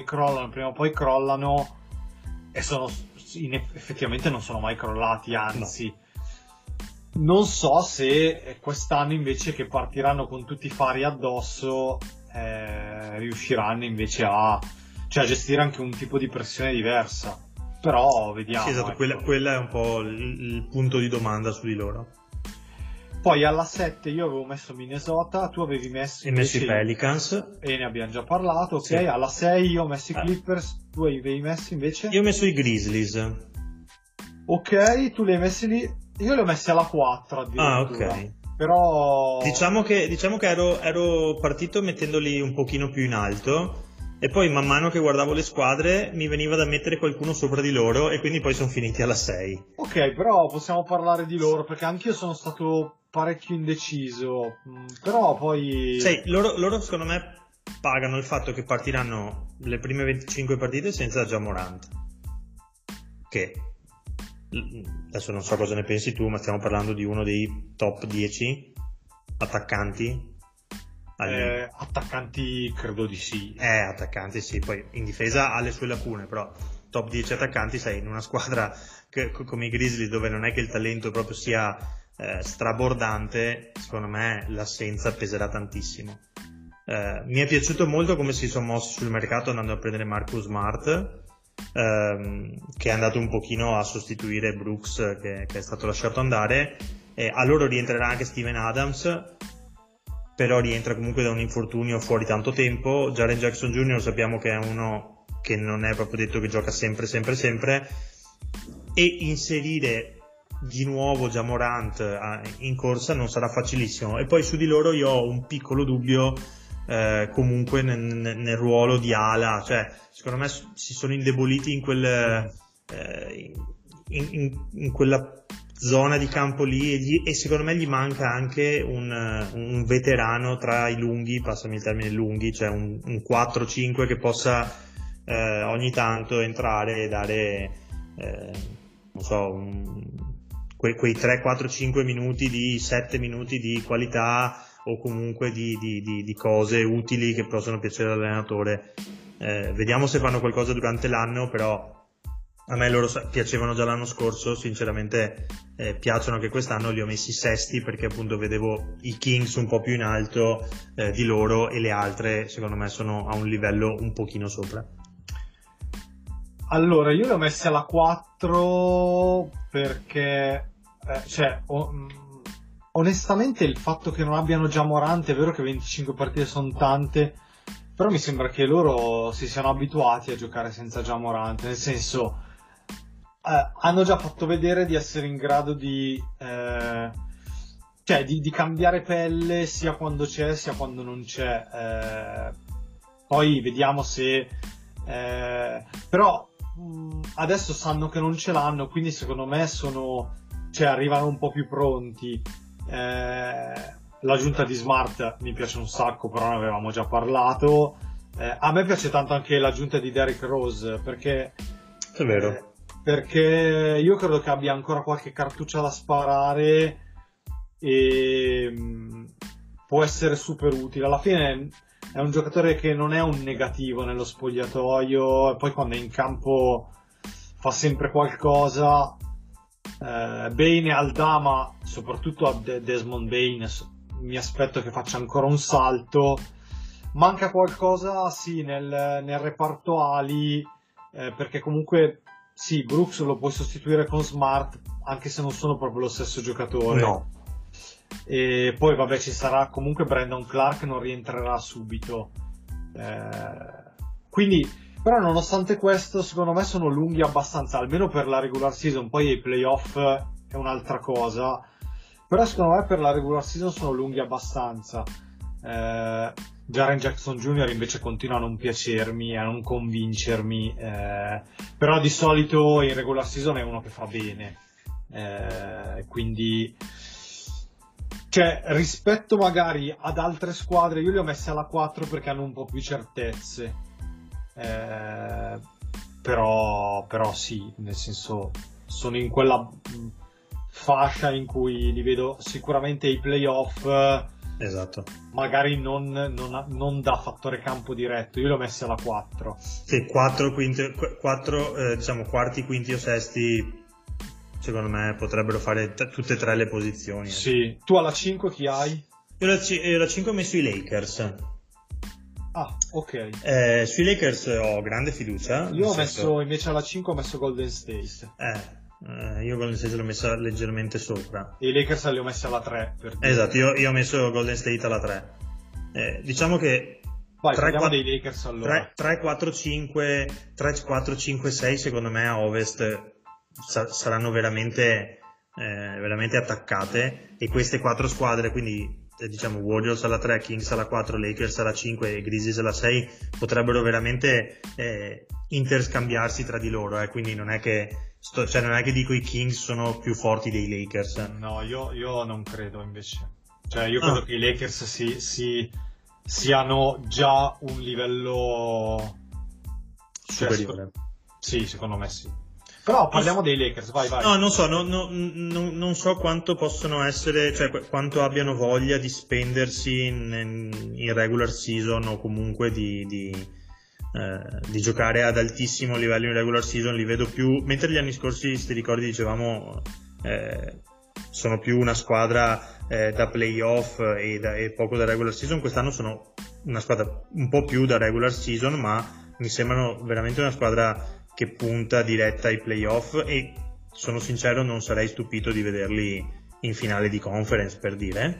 Speaker 4: e effettivamente non sono mai crollati, anzi. No. Non so se quest'anno invece, che partiranno con tutti i fari addosso, riusciranno invece a gestire anche un tipo di pressione diversa. Però vediamo.
Speaker 5: Sì, esatto,
Speaker 4: ecco.
Speaker 5: Quella è un po' il punto di domanda su di loro.
Speaker 4: Poi alla 7 io avevo messo Minnesota, tu avevi messo
Speaker 5: i Pelicans,
Speaker 4: e ne abbiamo già parlato, ok?
Speaker 5: Sì.
Speaker 4: Alla 6 io ho messo i Clippers, tu avevi messo invece?
Speaker 5: Io ho messo i Grizzlies.
Speaker 4: Ok, tu li hai messi lì, io li ho messi alla 4 addirittura.
Speaker 5: Ok.
Speaker 4: Però
Speaker 5: diciamo che ero partito mettendoli un pochino più in alto, e poi man mano che guardavo le squadre mi veniva da mettere qualcuno sopra di loro, e quindi poi sono finiti alla 6.
Speaker 4: Ok, però possiamo parlare di loro, perché anch'io sono stato parecchio indeciso, però poi...
Speaker 5: Sai, loro secondo me pagano il fatto che partiranno le prime 25 partite senza Ja Morant, che adesso non so cosa ne pensi tu, ma stiamo parlando di uno dei top 10 attaccanti.
Speaker 4: Attaccanti credo di sì.
Speaker 5: Attaccanti sì, poi in difesa ha le sue lacune, però top 10 attaccanti, sai, in una squadra come i Grizzlies, dove non è che il talento proprio sia strabordante, secondo me l'assenza peserà tantissimo. Mi è piaciuto molto come si sono mossi sul mercato andando a prendere Marcus Smart, che è andato un pochino a sostituire Brooks che è stato lasciato andare. A loro rientrerà anche Steven Adams, però rientra comunque da un infortunio fuori tanto tempo. Jaren Jackson Jr. sappiamo che è uno che non è proprio detto che gioca sempre, e inserire di nuovo Ja Morant in corsa non sarà facilissimo. E poi su di loro io ho un piccolo dubbio comunque nel ruolo di ala, cioè secondo me si sono indeboliti in quella zona di campo lì, e secondo me gli manca anche un veterano tra i lunghi, passami il termine lunghi, cioè un 4-5 che possa ogni tanto entrare e dare non so, quei 3-4-5 minuti di 7 minuti di qualità, o comunque di cose utili che possono piacere all'allenatore. Vediamo se fanno qualcosa durante l'anno, però A me loro piacevano già l'anno scorso, sinceramente piacciono anche quest'anno, li ho messi sesti perché appunto vedevo i Kings un po' più in alto di loro, e le altre secondo me sono a un livello un pochino sopra.
Speaker 4: Allora, io li ho messi alla 4 perché, onestamente il fatto che non abbiano già Morant, è vero che 25 partite sono tante, però mi sembra che loro si siano abituati a giocare senza già Morant, nel senso, hanno già fatto vedere di essere in grado di cambiare pelle sia quando c'è sia quando non c'è. Poi vediamo se però adesso sanno che non ce l'hanno, quindi secondo me arrivano un po' più pronti. L'aggiunta di Smart mi piace un sacco, però ne avevamo già parlato. A me piace tanto anche l'aggiunta di Derrick Rose, perché
Speaker 5: è vero,
Speaker 4: perché io credo che abbia ancora qualche cartuccia da sparare e può essere super utile. Alla fine è un giocatore che non è un negativo nello spogliatoio, e poi quando è in campo fa sempre qualcosa. Bane al Dama, soprattutto a Desmond Bane, mi aspetto che faccia ancora un salto. Manca qualcosa sì nel reparto ali, perché comunque sì, Brooks lo puoi sostituire con Smart, anche se non sono proprio lo stesso giocatore.
Speaker 5: No.
Speaker 4: E poi vabbè, ci sarà comunque Brandon Clark, non rientrerà subito, quindi, però nonostante questo secondo me sono lunghi abbastanza, almeno per la regular season. Poi i playoff è un'altra cosa, però secondo me per la regular season sono lunghi abbastanza. Jaren Jackson Jr. invece continua a non piacermi, a non convincermi, però di solito in regular season è uno che fa bene, quindi rispetto magari ad altre squadre io li ho messi alla 4 perché hanno un po' più certezze, però sì, nel senso sono in quella fascia in cui li vedo sicuramente ai playoff.
Speaker 5: Esatto.
Speaker 4: Magari non da fattore campo diretto. Io li ho messi alla 4.
Speaker 5: Sì, 4 diciamo quarti, quinti o sesti, secondo me potrebbero fare tutte e tre le posizioni.
Speaker 4: Sì. Tu alla 5 chi hai?
Speaker 5: Io alla 5 ho messo i Lakers.
Speaker 4: Ah, ok.
Speaker 5: Sui Lakers ho grande fiducia.
Speaker 4: Io ho messo invece alla 5 ho messo Golden State.
Speaker 5: Io Golden State l'ho messa leggermente sopra.
Speaker 4: E i Lakers li ho messi alla 3 per dire.
Speaker 5: Esatto, io ho messo Golden State alla 3. Diciamo che
Speaker 4: parliamo dei Lakers allora.
Speaker 5: 3, 4, 5, 6 secondo me a Ovest saranno veramente attaccate, e queste 4 squadre, quindi diciamo Warriors alla 3, Kings alla 4, Lakers alla 5 e Grizzlies alla 6, potrebbero veramente interscambiarsi tra di loro, quindi non è che non è che dico i Kings sono più forti dei Lakers.
Speaker 4: No, io non credo invece. Io credo che i Lakers siano già un livello
Speaker 5: superiore.
Speaker 4: Sì, secondo me sì. Però parliamo dei Lakers, vai.
Speaker 5: No, non so, non so quanto possono essere, quanto abbiano voglia di spendersi in regular season, o comunque di giocare ad altissimo livello in regular season. Li vedo più, mentre gli anni scorsi, se ti ricordi, dicevamo sono più una squadra da playoff e poco da regular season. Quest'anno sono una squadra un po' più da regular season, ma mi sembrano veramente una squadra che punta diretta ai playoff, e sono sincero, non sarei stupito di vederli in finale di conference, per dire.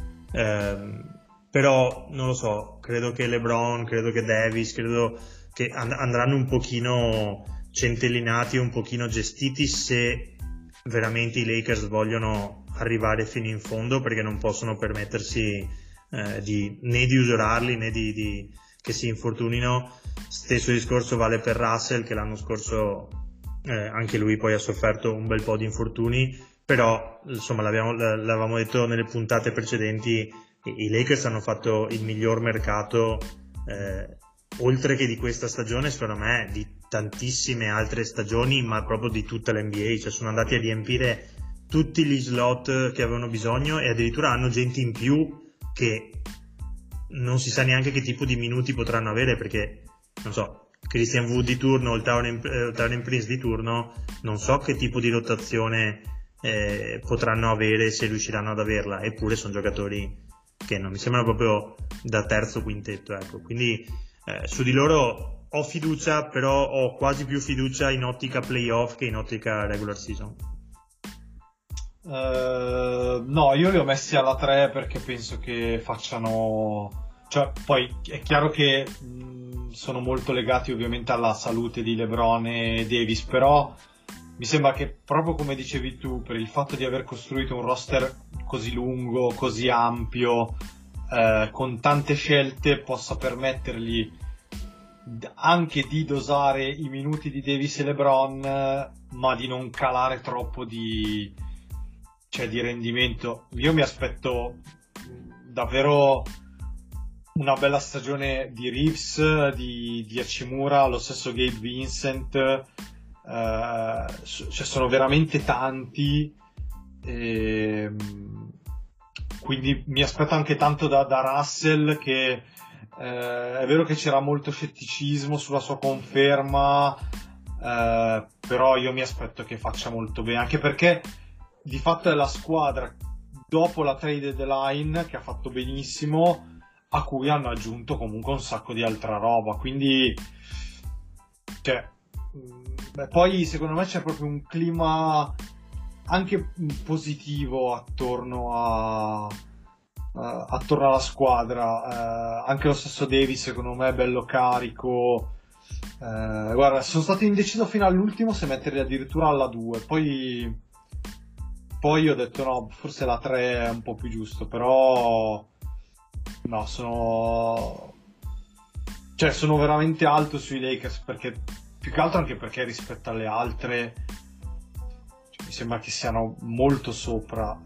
Speaker 5: Però non lo so, credo che LeBron, credo che Davis, credo che andranno un pochino centellinati, un pochino gestiti, se veramente i Lakers vogliono arrivare fino in fondo, perché non possono permettersi né di usurarli né che si infortunino. Stesso discorso vale per Russell, che l'anno scorso anche lui poi ha sofferto un bel po' di infortuni, però insomma l'avevamo detto nelle puntate precedenti, i Lakers hanno fatto il miglior mercato oltre che di questa stagione, secondo me di tantissime altre stagioni, ma proprio di tutta l'NBA. Sono andati a riempire tutti gli slot che avevano bisogno, e addirittura hanno gente in più che non si sa neanche che tipo di minuti potranno avere, perché non so, Christian Wood di turno o il Taurean Prince di turno, non so che tipo di rotazione potranno avere, se riusciranno ad averla, eppure sono giocatori che non mi sembrano proprio da terzo quintetto, ecco. Quindi su di loro ho fiducia, però ho quasi più fiducia in ottica playoff che in ottica regular season.
Speaker 4: No, io li ho messi alla 3 perché penso che facciano, cioè, poi è chiaro che sono molto legati ovviamente alla salute di LeBron e Davis, però mi sembra che proprio come dicevi tu, per il fatto di aver costruito un roster così lungo, così ampio, con tante scelte, possa permettergli anche di dosare i minuti di Davis e LeBron, ma di non calare troppo di rendimento. Io mi aspetto davvero una bella stagione di Reeves, di Hachimura, lo stesso Gabe Vincent, cioè sono veramente tanti, quindi mi aspetto anche tanto da Russell, che è vero che c'era molto scetticismo sulla sua conferma, però io mi aspetto che faccia molto bene, anche perché di fatto è la squadra dopo la trade deadline che ha fatto benissimo, a cui hanno aggiunto comunque un sacco di altra roba, quindi poi secondo me c'è proprio un clima anche positivo attorno alla squadra, anche lo stesso Davis secondo me è bello carico, guarda, sono stato indeciso fino all'ultimo se metterli addirittura alla 2, poi ho detto no, forse la 3 è un po' più giusto, però no, sono veramente alto sui Lakers, perché più che altro anche perché rispetto alle altre mi sembra che siano molto sopra,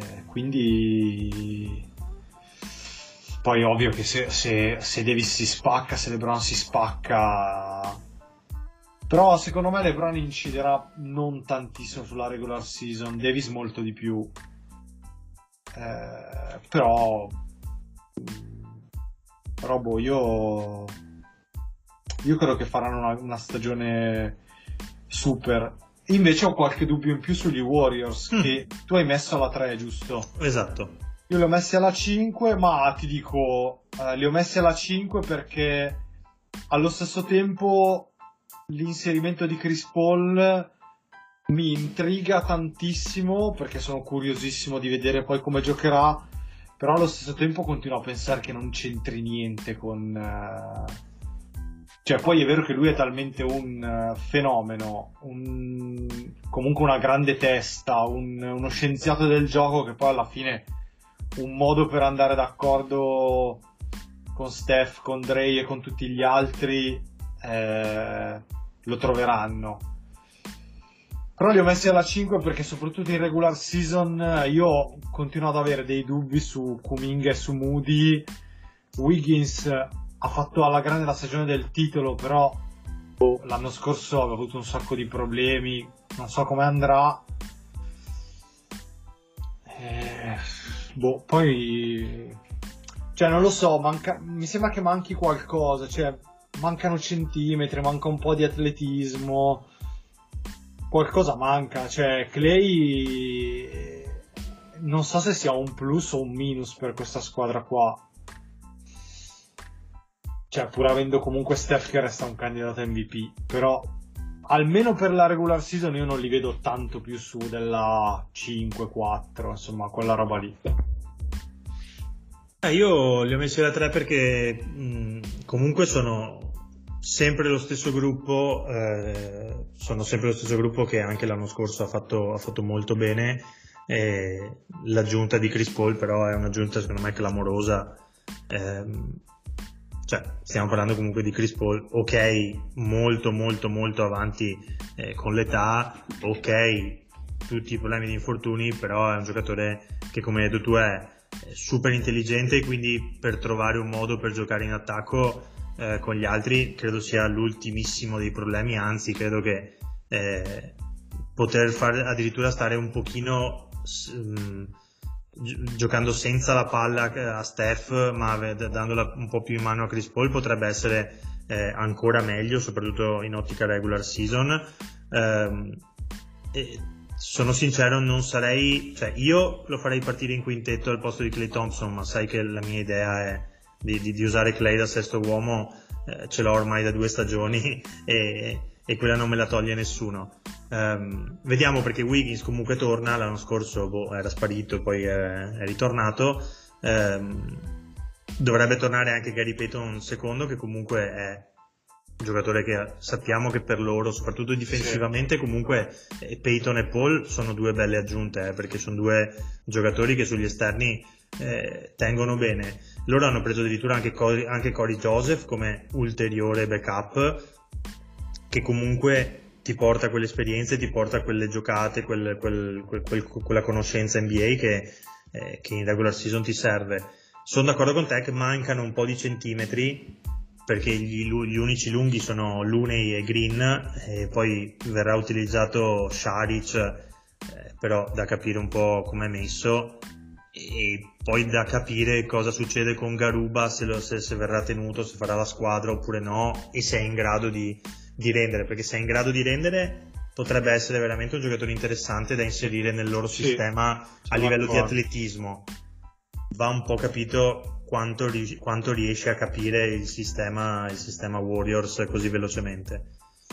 Speaker 4: quindi poi ovvio che se Davis si spacca, se LeBron si spacca, però secondo me LeBron inciderà non tantissimo sulla regular season, Davis molto di più, però boh, io credo che faranno una stagione super. Invece ho qualche dubbio in più sugli Warriors, che tu hai messo alla 3, giusto?
Speaker 5: Esatto.
Speaker 4: Io li ho messi alla 5, ma ti dico, li ho messi alla 5 perché allo stesso tempo l'inserimento di Chris Paul mi intriga tantissimo, perché sono curiosissimo di vedere poi come giocherà, però allo stesso tempo continuo a pensare che non c'entri niente con... Cioè, poi è vero che lui è talmente un fenomeno, comunque una grande testa, uno scienziato del gioco, che poi alla fine un modo per andare d'accordo con Steph, con Dre e con tutti gli altri lo troveranno. Però li ho messi alla 5 perché soprattutto in regular season io continuo ad avere dei dubbi su Kuminga e su Moody. Wiggins ha fatto alla grande la stagione del titolo, però l'anno scorso aveva avuto un sacco di problemi, non so come andrà. Poi cioè non lo so, mi sembra che manchi qualcosa, cioè mancano centimetri, manca un po' di atletismo, qualcosa manca, cioè Clay non so se sia un plus o un minus per questa squadra qua. Cioè, pur avendo comunque Steph che resta un candidato MVP, però almeno per la regular season io non li vedo tanto più su della 5-4, insomma, quella roba lì.
Speaker 5: Io li ho messi alla 3 perché comunque sono sempre lo stesso gruppo, che anche l'anno scorso ha fatto molto bene. L'aggiunta di Chris Paul però è un'aggiunta secondo me clamorosa. Cioè, stiamo parlando comunque di Chris Paul, ok, molto molto molto avanti con l'età, ok, tutti i problemi di infortuni, però è un giocatore che, come hai detto tu, è super intelligente, quindi per trovare un modo per giocare in attacco con gli altri credo sia l'ultimissimo dei problemi, anzi credo che poter far addirittura stare un pochino giocando senza la palla a Steph, ma dandola un po' più in mano a Chris Paul, potrebbe essere ancora meglio, soprattutto in ottica regular season. E sono sincero, non sarei, cioè io lo farei partire in quintetto al posto di Klay Thompson, ma sai che la mia idea è di usare Klay da sesto uomo, ce l'ho ormai da 2 stagioni e quella non me la toglie nessuno. Vediamo, perché Wiggins comunque torna, l'anno scorso era sparito, poi è ritornato. Dovrebbe tornare anche Gary Payton secondo, che comunque è un giocatore che sappiamo che per loro, soprattutto difensivamente, comunque Payton e Paul sono 2 belle aggiunte, perché sono 2 giocatori che sugli esterni tengono bene. Loro hanno preso addirittura anche Corey Joseph come ulteriore backup, che comunque ti porta quell'esperienza, ti porta quelle giocate, quella conoscenza NBA che in regular season ti serve. Sono d'accordo con te che mancano un po' di centimetri, perché gli unici lunghi sono Looney e Green, e poi verrà utilizzato Šarić, però da capire un po' com'è messo, e poi da capire cosa succede con Garuba, se verrà tenuto, se farà la squadra oppure no, e se è in grado di rendere, perché se è in grado di rendere potrebbe essere veramente un giocatore interessante da inserire nel loro sistema a livello di atletismo. Va un po' capito quanto riesce a capire il sistema Warriors così velocemente.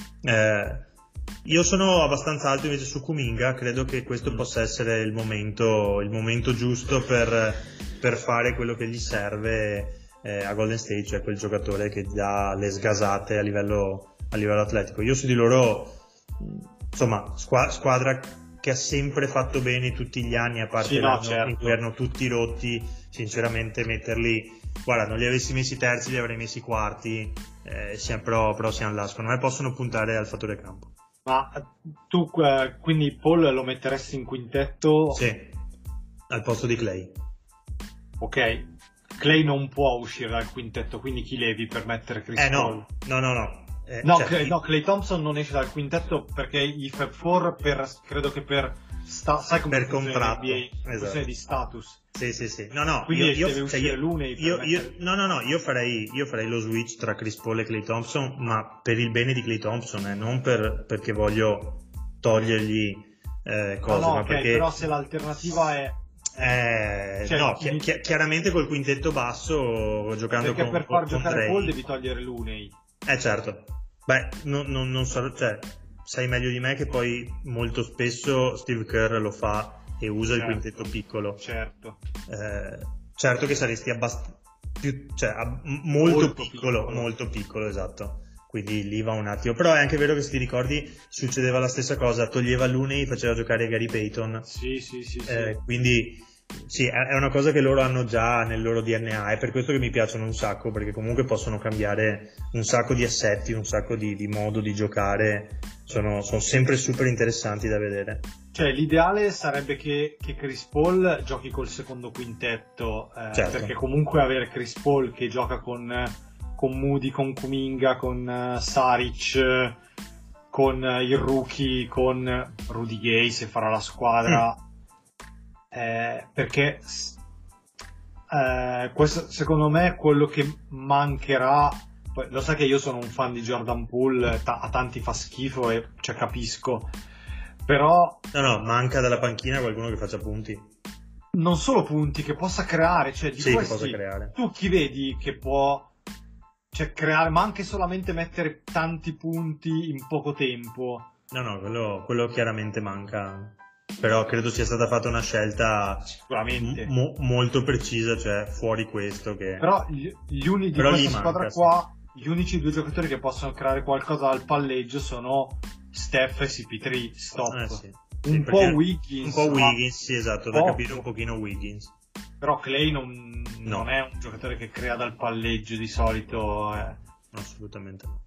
Speaker 5: Io sono abbastanza alto invece su Kuminga, credo che questo possa essere il momento giusto per fare quello che gli serve a Golden State, cioè quel giocatore che dà le sgasate a livello atletico. Io su di loro, insomma, squadra che ha sempre fatto bene tutti gli anni, a parte l'anno in cui erano tutti rotti, sinceramente metterli, guarda, non li avessi messi terzi, li avrei messi quarti, però siamo là, secondo me possono puntare al fattore campo.
Speaker 4: Ma tu quindi Paul lo metteresti in quintetto?
Speaker 5: Sì, al posto di Klay.
Speaker 4: Ok, Klay non può uscire dal quintetto, quindi chi levi per mettere Chris Paul?
Speaker 5: No.
Speaker 4: Klay Thompson non esce dal quintetto perché i Fab Four credo che sai come
Speaker 5: per contratto,
Speaker 4: esatto, di status.
Speaker 5: Sì. No.
Speaker 4: Quindi
Speaker 5: io farei lo switch tra Chris Paul e Klay Thompson, ma per il bene di Klay Thompson, non perché voglio togliergli cose, ma perché
Speaker 4: però se l'alternativa è
Speaker 5: chiaramente col quintetto basso, giocando
Speaker 4: perché per far giocare
Speaker 5: Paul
Speaker 4: devi togliere Looney.
Speaker 5: Certo. Beh, non so, cioè, sai meglio di me che poi molto spesso Steve Kerr lo fa e usa il quintetto piccolo.
Speaker 4: Certo.
Speaker 5: Certo che saresti molto piccolo, esatto. Quindi lì va un attimo. Però è anche vero che, se ti ricordi, succedeva la stessa cosa, toglieva Looney, faceva giocare Gary Payton.
Speaker 4: Sì.
Speaker 5: Quindi sì, è una cosa che loro hanno già nel loro DNA, è per questo che mi piacciono un sacco, perché comunque possono cambiare un sacco di assetti, un sacco di modo di giocare, sono sempre super interessanti da vedere.
Speaker 4: Cioè l'ideale sarebbe che Chris Paul giochi col secondo quintetto,
Speaker 5: certo,
Speaker 4: perché comunque avere Chris Paul che gioca con Moody, con Kuminga, con Šarić, con il rookie, con Rudy Gay se farà la squadra, perché questo secondo me è quello che mancherà. Poi, lo sai che io sono un fan di Jordan Poole, a tanti fa schifo e cioè capisco, però
Speaker 5: manca dalla panchina qualcuno che faccia punti,
Speaker 4: non solo punti, che possa creare, cioè di
Speaker 5: che possa creare.
Speaker 4: Tu chi vedi che può creare, ma anche solamente mettere tanti punti in poco tempo?
Speaker 5: Quello chiaramente manca. Però credo sia stata fatta una scelta
Speaker 4: sicuramente
Speaker 5: molto precisa, cioè fuori questo che...
Speaker 4: Però di questa squadra qua, gli unici 2 giocatori che possono creare qualcosa al palleggio sono Steph e CP3, stop.
Speaker 5: Sì.
Speaker 4: Un po' Wiggins,
Speaker 5: sì, esatto, da capire un pochino Wiggins.
Speaker 4: Però Klay non è un giocatore che crea dal palleggio di solito.
Speaker 5: Assolutamente no.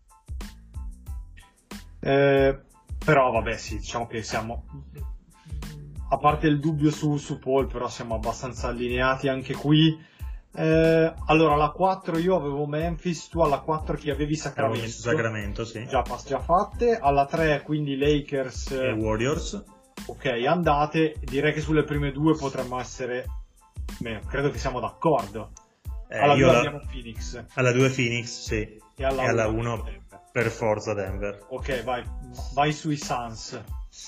Speaker 4: Però vabbè, sì, diciamo che siamo... A parte il dubbio su Paul, però siamo abbastanza allineati anche qui. Allora, alla 4 io avevo Memphis, tu alla 4 chi avevi?
Speaker 5: Sacramento, sì.
Speaker 4: Già fatte. Alla 3 quindi Lakers
Speaker 5: e Warriors.
Speaker 4: Ok, andate. Direi che sulle prime 2 potremmo essere... credo che siamo d'accordo. Alla 2 abbiamo Phoenix.
Speaker 5: Alla 2 Phoenix, sì.
Speaker 4: E alla 1
Speaker 5: per forza Denver.
Speaker 4: Ok, vai sui Suns.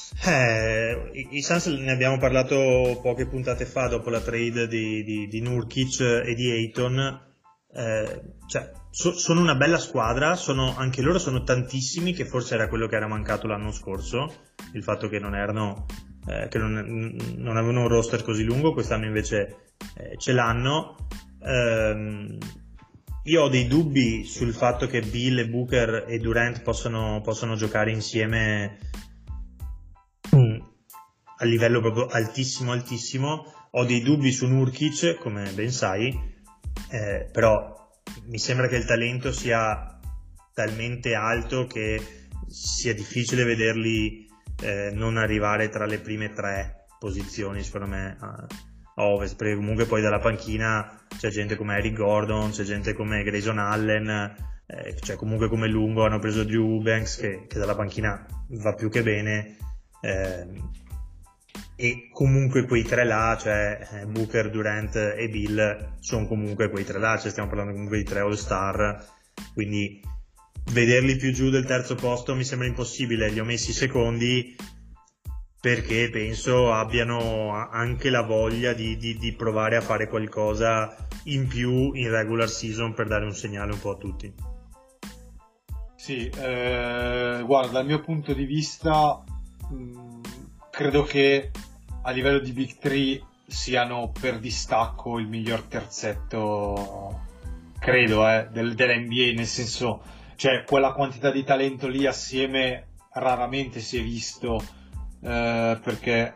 Speaker 5: I Suns ne abbiamo parlato poche puntate fa dopo la trade di Nurkic e di Ayton. Sono una bella squadra, anche loro sono tantissimi, che forse era quello che era mancato l'anno scorso, il fatto che non avevano un roster così lungo. Quest'anno invece ce l'hanno. Io ho dei dubbi sul fatto che Bill e Booker e Durant possano giocare insieme a livello proprio altissimo. Ho dei dubbi su Nurkic, come ben sai, però mi sembra che il talento sia talmente alto che sia difficile vederli non arrivare tra le prime 3 posizioni, secondo me, a Ovest, perché comunque poi dalla panchina c'è gente come Eric Gordon, c'è gente come Grayson Allen, c'è comunque come lungo hanno preso Drew Eubanks che dalla panchina va più che bene, e comunque quei 3 là, cioè Booker, Durant e Bill, sono comunque quei 3 là, cioè stiamo parlando comunque di 3 all-star, quindi vederli più giù del terzo posto mi sembra impossibile. Li ho messi secondi perché penso abbiano anche la voglia di provare a fare qualcosa in più in regular season per dare un segnale un po' a tutti.
Speaker 4: Sì, guarda, dal mio punto di vista credo che a livello di Big 3 siano per distacco il miglior terzetto, credo, dell'NBA, nel senso, cioè quella quantità di talento lì assieme raramente si è visto, perché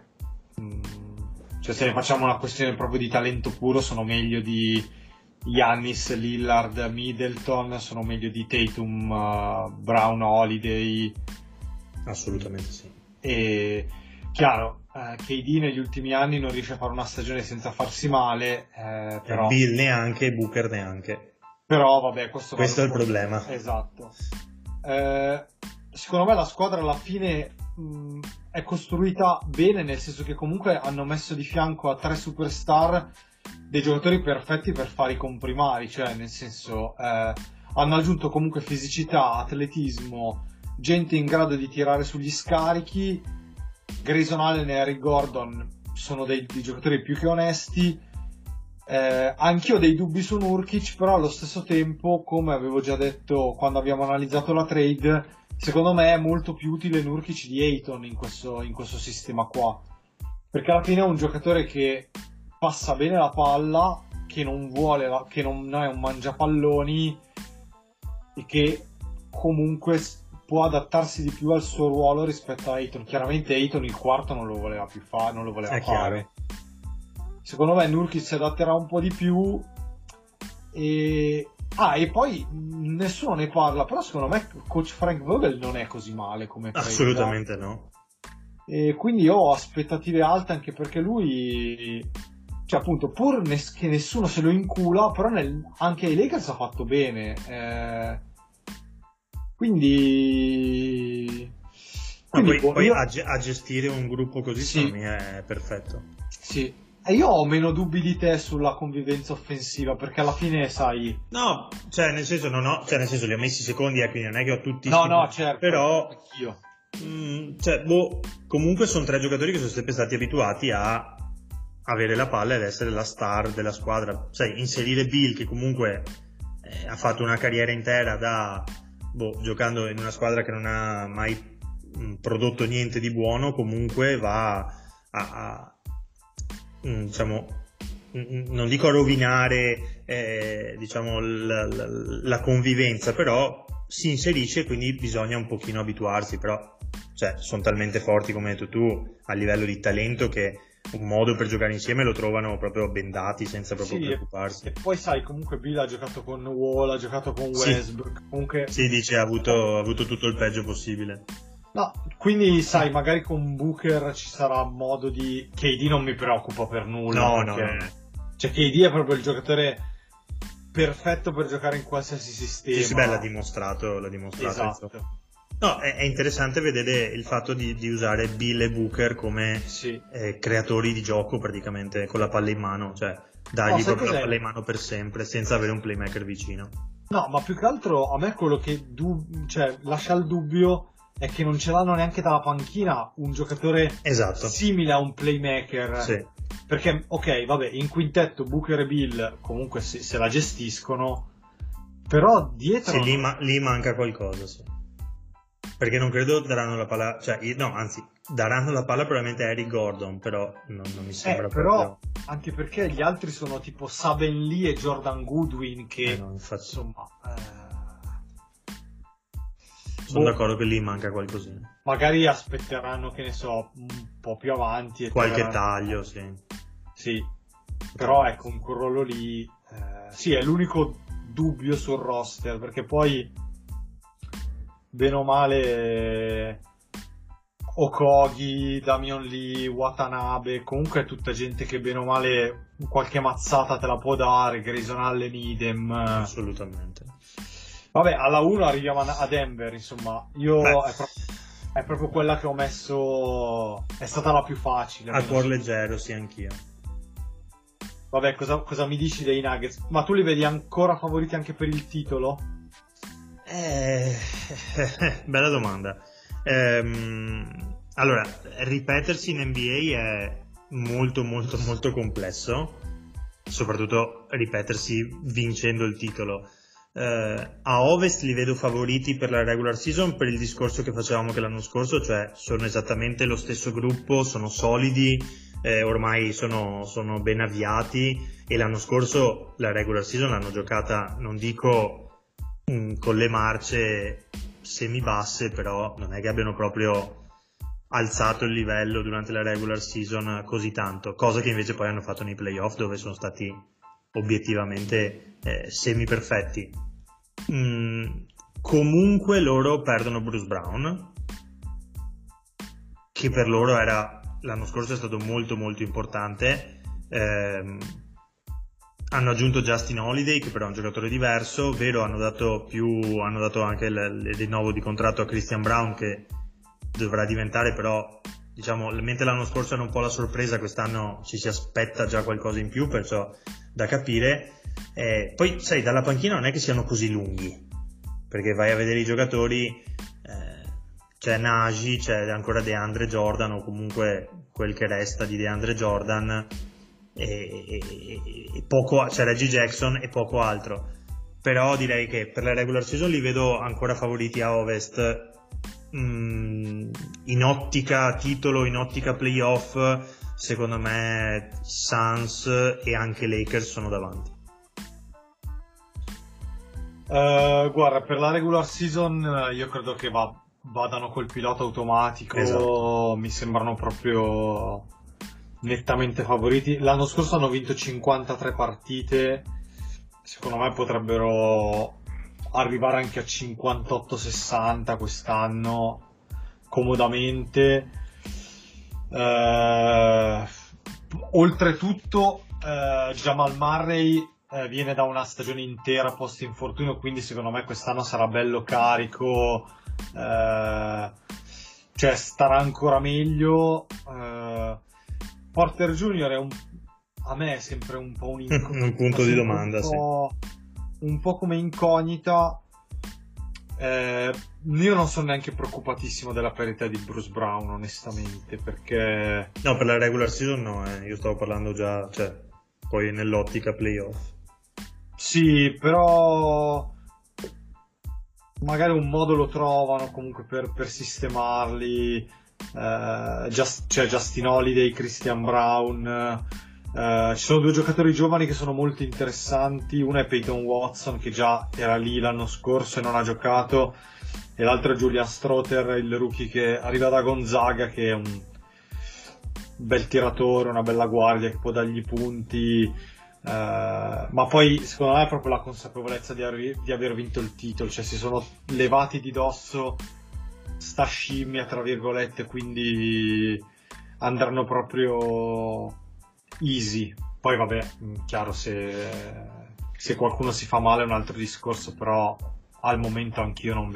Speaker 4: cioè, se ne facciamo una questione proprio di talento puro, sono meglio di Giannis, Lillard, Middleton, sono meglio di Tatum, Brown, Holiday.
Speaker 5: Assolutamente sì.
Speaker 4: E chiaro, KD negli ultimi anni non riesce a fare una stagione senza farsi male, però
Speaker 5: Bill neanche, Booker neanche.
Speaker 4: Però vabbè, questo
Speaker 5: è il problema.
Speaker 4: Esatto. Secondo me la squadra alla fine è costruita bene, nel senso che comunque hanno messo di fianco a 3 superstar dei giocatori perfetti per fare i comprimari, cioè nel senso hanno aggiunto comunque fisicità, atletismo, gente in grado di tirare sugli scarichi. Grayson Allen e Eric Gordon sono dei giocatori più che onesti. Anch'io ho dei dubbi su Nurkic, però allo stesso tempo, come avevo già detto quando abbiamo analizzato la trade, secondo me è molto più utile Nurkic di Ayton in questo sistema qua, perché alla fine è un giocatore che passa bene la palla, che non che non è un mangiapalloni e che comunque può adattarsi di più al suo ruolo rispetto a Ayton. Chiaramente Ayton il quarto non lo voleva più fare, non lo voleva fare.
Speaker 5: Chiaro.
Speaker 4: Secondo me Nurkic si adatterà un po' di più e poi nessuno ne parla, però secondo me coach Frank Vogel non è così male come
Speaker 5: assolutamente no,
Speaker 4: e quindi io ho aspettative alte, anche perché lui, cioè appunto, pur che nessuno se lo incula, però anche ai Lakers ha fatto bene, quindi
Speaker 5: poi a gestire un gruppo così,
Speaker 4: sì,
Speaker 5: secondo me è perfetto.
Speaker 4: Sì. E io ho meno dubbi di te sulla convivenza offensiva, perché alla fine sai.
Speaker 5: No, cioè nel senso li ho messi secondi, quindi non è che ho tutti.
Speaker 4: No, certo.
Speaker 5: Però
Speaker 4: anch'io.
Speaker 5: Comunque sono 3 giocatori che sono sempre stati abituati a avere la palla ed essere la star della squadra. Sai, inserire Bill, che comunque ha fatto una carriera intera giocando in una squadra che non ha mai prodotto niente di buono, comunque va a diciamo, non dico a rovinare la convivenza, però si inserisce, quindi bisogna un pochino abituarsi. Però cioè, sono talmente forti, come hai detto tu, a livello di talento, che un modo per giocare insieme lo trovano proprio bendati senza proprio preoccuparsi.
Speaker 4: E poi sai, comunque Bill ha giocato con Wall, ha giocato con Westbrook, sì. Comunque
Speaker 5: sì, dice ha avuto tutto il peggio possibile.
Speaker 4: No, quindi sai, magari con Booker ci sarà modo di. KD non mi preoccupa per nulla.
Speaker 5: No.
Speaker 4: Cioè, KD è proprio il giocatore perfetto per giocare in qualsiasi sistema.
Speaker 5: Sì, l'ha dimostrato.
Speaker 4: Esatto.
Speaker 5: No, è interessante vedere il fatto di usare Bill e Booker come creatori di gioco, praticamente, con la palla in mano, cioè dargli proprio la palla in mano per sempre, senza avere un playmaker vicino.
Speaker 4: No, ma più che altro a me quello che lascia il dubbio è che non ce l'hanno neanche dalla panchina un giocatore simile a un playmaker.
Speaker 5: Sì.
Speaker 4: Perché, ok, vabbè, in quintetto Booker e Bill comunque se la gestiscono, però dietro...
Speaker 5: Sì, lì manca qualcosa, sì. Perché non credo daranno la palla, daranno la palla probabilmente a Eric Gordon, però non mi sembra
Speaker 4: però,
Speaker 5: proprio...
Speaker 4: anche perché gli altri sono tipo Saben Lee e Jordan Goodwin che, insomma...
Speaker 5: Sono d'accordo che lì manca qualcosina.
Speaker 4: Magari aspetteranno, che ne so, un po' più avanti.
Speaker 5: Qualche taglio, sì.
Speaker 4: Sì, però ecco, in quel ruolo lì... sì, è l'unico dubbio sul roster, perché poi... bene o male Okogie, Damian Lee, Watanabe, comunque è tutta gente che bene o male qualche mazzata te la può dare, Grayson Allen idem.
Speaker 5: Assolutamente.
Speaker 4: Vabbè, alla 1 arriviamo a Denver, insomma, è proprio quella che ho messo, è stata la più facile.
Speaker 5: A cuor leggero, sì, anch'io.
Speaker 4: Vabbè, cosa mi dici dei Nuggets? Ma tu li vedi ancora favoriti anche per il titolo?
Speaker 5: Bella domanda. Allora, ripetersi in NBA è molto molto molto complesso, soprattutto ripetersi vincendo il titolo. A Ovest li vedo favoriti per la regular season per il discorso che facevamo anche l'anno scorso, cioè sono esattamente lo stesso gruppo, sono solidi, ormai sono ben avviati, e l'anno scorso la regular season l'hanno giocata, non dico con le marce semi-basse, però non è che abbiano proprio alzato il livello durante la regular season così tanto, cosa che invece poi hanno fatto nei playoff, dove sono stati obiettivamente semi-perfetti. Comunque loro perdono Bruce Brown, che per loro l'anno scorso è stato molto molto importante. Hanno aggiunto Justin Holiday, che però è un giocatore diverso, vero, hanno dato anche il rinnovo di contratto a Christian Brown, che dovrà diventare, però diciamo, mentre l'anno scorso era un po' la sorpresa, quest'anno ci si aspetta già qualcosa in più, perciò da capire. Poi sai, dalla panchina non è che siano così lunghi, perché vai a vedere i giocatori, c'è Nagy, c'è ancora DeAndre Jordan, o comunque quel che resta di DeAndre Jordan, e poco, c'è Reggie Jackson e poco altro. Però direi che per la regular season li vedo ancora favoriti a Ovest. In ottica titolo, in ottica playoff, secondo me Suns e anche Lakers sono davanti.
Speaker 4: Guarda, per la regular season io credo che vadano col pilota automatico. Esatto. Mi sembrano proprio nettamente favoriti. L'anno scorso hanno vinto 53 partite, secondo me potrebbero arrivare anche a 58-60 quest'anno comodamente. Oltretutto Jamal Murray viene da una stagione intera post infortunio, quindi secondo me quest'anno sarà bello carico, cioè starà ancora meglio. Porter Jr. a me è sempre un po'
Speaker 5: un punto di domanda,
Speaker 4: un po' come incognita. Io non sono neanche preoccupatissimo della parità di Bruce Brown, onestamente, perché
Speaker 5: no, per la regular season no, io stavo parlando già, cioè poi nell'ottica playoff. Sì,
Speaker 4: però magari un modo lo trovano comunque per sistemarli. C'è Justin Holiday, Christian Brown, ci sono due giocatori giovani che sono molto interessanti. Uno è Peyton Watson, che già era lì l'anno scorso e non ha giocato, e l'altro è Julian Strother, il rookie che arriva da Gonzaga, che è un bel tiratore, una bella guardia che può dargli punti. Ma poi secondo me è proprio la consapevolezza di aver vinto il titolo, cioè si sono levati di dosso sta scimmia tra virgolette, quindi andranno proprio easy. Poi vabbè, chiaro, se qualcuno si fa male è un altro discorso, però al momento anch'io non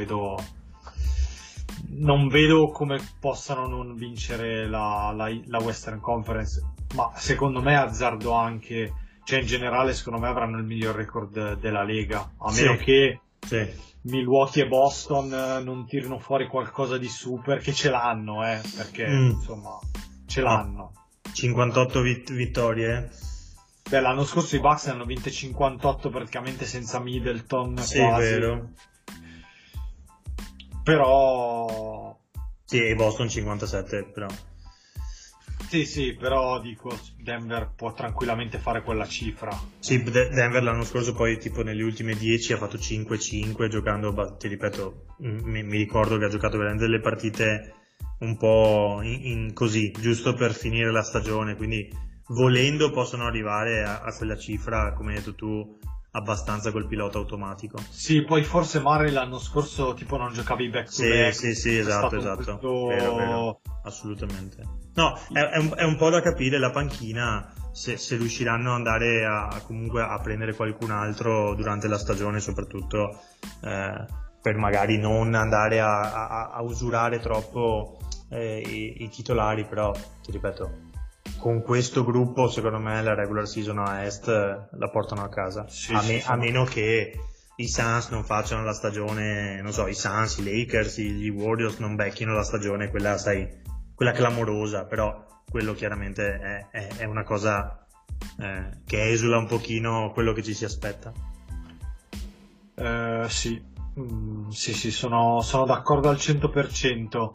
Speaker 4: vedo come possano non vincere la Western Conference, ma secondo me azzardo anche cioè in generale secondo me avranno il miglior record della Lega, a meno che Milwaukee e Boston non tirino fuori qualcosa di super, che ce l'hanno, perché insomma ce l'hanno.
Speaker 5: 58 vittorie.
Speaker 4: Beh, l'anno scorso i Bucks ne hanno vinte 58 praticamente senza Middleton,
Speaker 5: sì,
Speaker 4: quasi.
Speaker 5: Vero.
Speaker 4: Però
Speaker 5: sì, e Boston 57 però.
Speaker 4: Sì, però dico, Denver può tranquillamente fare quella cifra.
Speaker 5: Sì, Denver l'anno scorso poi tipo nelle ultime 10 ha fatto 5-5 giocando, ti ripeto, mi ricordo che ha giocato veramente delle partite un po' in così, giusto per finire la stagione, quindi volendo possono arrivare a quella cifra, come hai detto tu, abbastanza col pilota automatico.
Speaker 4: Sì, poi forse Murray l'anno scorso tipo non giocavi back to back.
Speaker 5: Sì, esatto. Vero, assolutamente. No, è un po' da capire la panchina se riusciranno ad andare comunque a prendere qualcun altro durante la stagione, soprattutto per magari non andare a usurare troppo i titolari, però ti ripeto, con questo gruppo secondo me la regular season a Est la portano a casa, a meno che i Suns non facciano la stagione, non so, i Suns, i Lakers, gli Warriors non becchino la stagione, quella clamorosa, però quello chiaramente è una cosa che esula un pochino quello che ci si aspetta.
Speaker 4: Sì, sono d'accordo al 100%.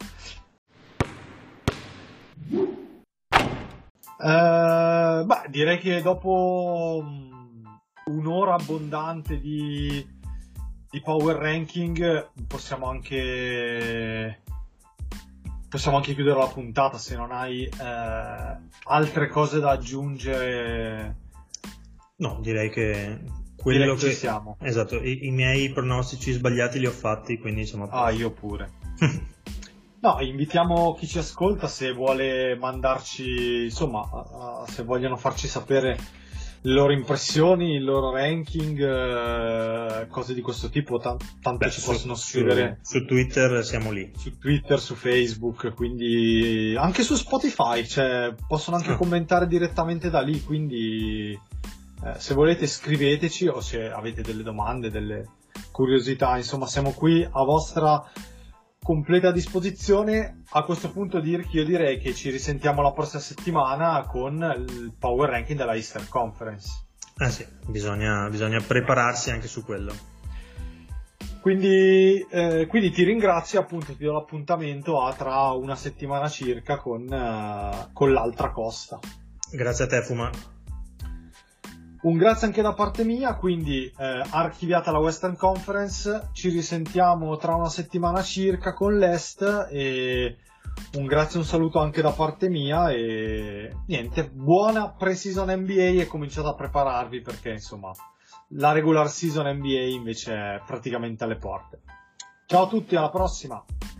Speaker 4: Direi che dopo un'ora abbondante di power ranking possiamo anche chiudere la puntata, se non hai altre cose da aggiungere.
Speaker 5: No, direi che
Speaker 4: ci siamo.
Speaker 5: Esatto, i miei pronostici sbagliati li ho fatti, quindi siamo a posto.
Speaker 4: Io pure. No, invitiamo chi ci ascolta, se vuole mandarci, insomma, se vogliono farci sapere le loro impressioni, il loro ranking, cose di questo tipo, tanto ci possono scrivere.
Speaker 5: Su Twitter siamo lì.
Speaker 4: Su Twitter, su Facebook, quindi anche su Spotify, cioè possono anche commentare direttamente da lì, quindi se volete scriveteci, o se avete delle domande, delle curiosità, insomma siamo qui a vostra completa disposizione. A questo punto io direi che ci risentiamo la prossima settimana con il power ranking della Eastern Conference.
Speaker 5: Sì, bisogna prepararsi anche su quello.
Speaker 4: Quindi ti ringrazio, appunto ti do l'appuntamento a tra una settimana circa con l'altra costa.
Speaker 5: Grazie a te, Fuma.
Speaker 4: Un grazie anche da parte mia, quindi archiviata la Western Conference, ci risentiamo tra una settimana circa con l'Est, e un grazie e un saluto anche da parte mia, e niente, buona pre-season NBA, e cominciate a prepararvi perché insomma la regular season NBA invece è praticamente alle porte. Ciao a tutti, alla prossima!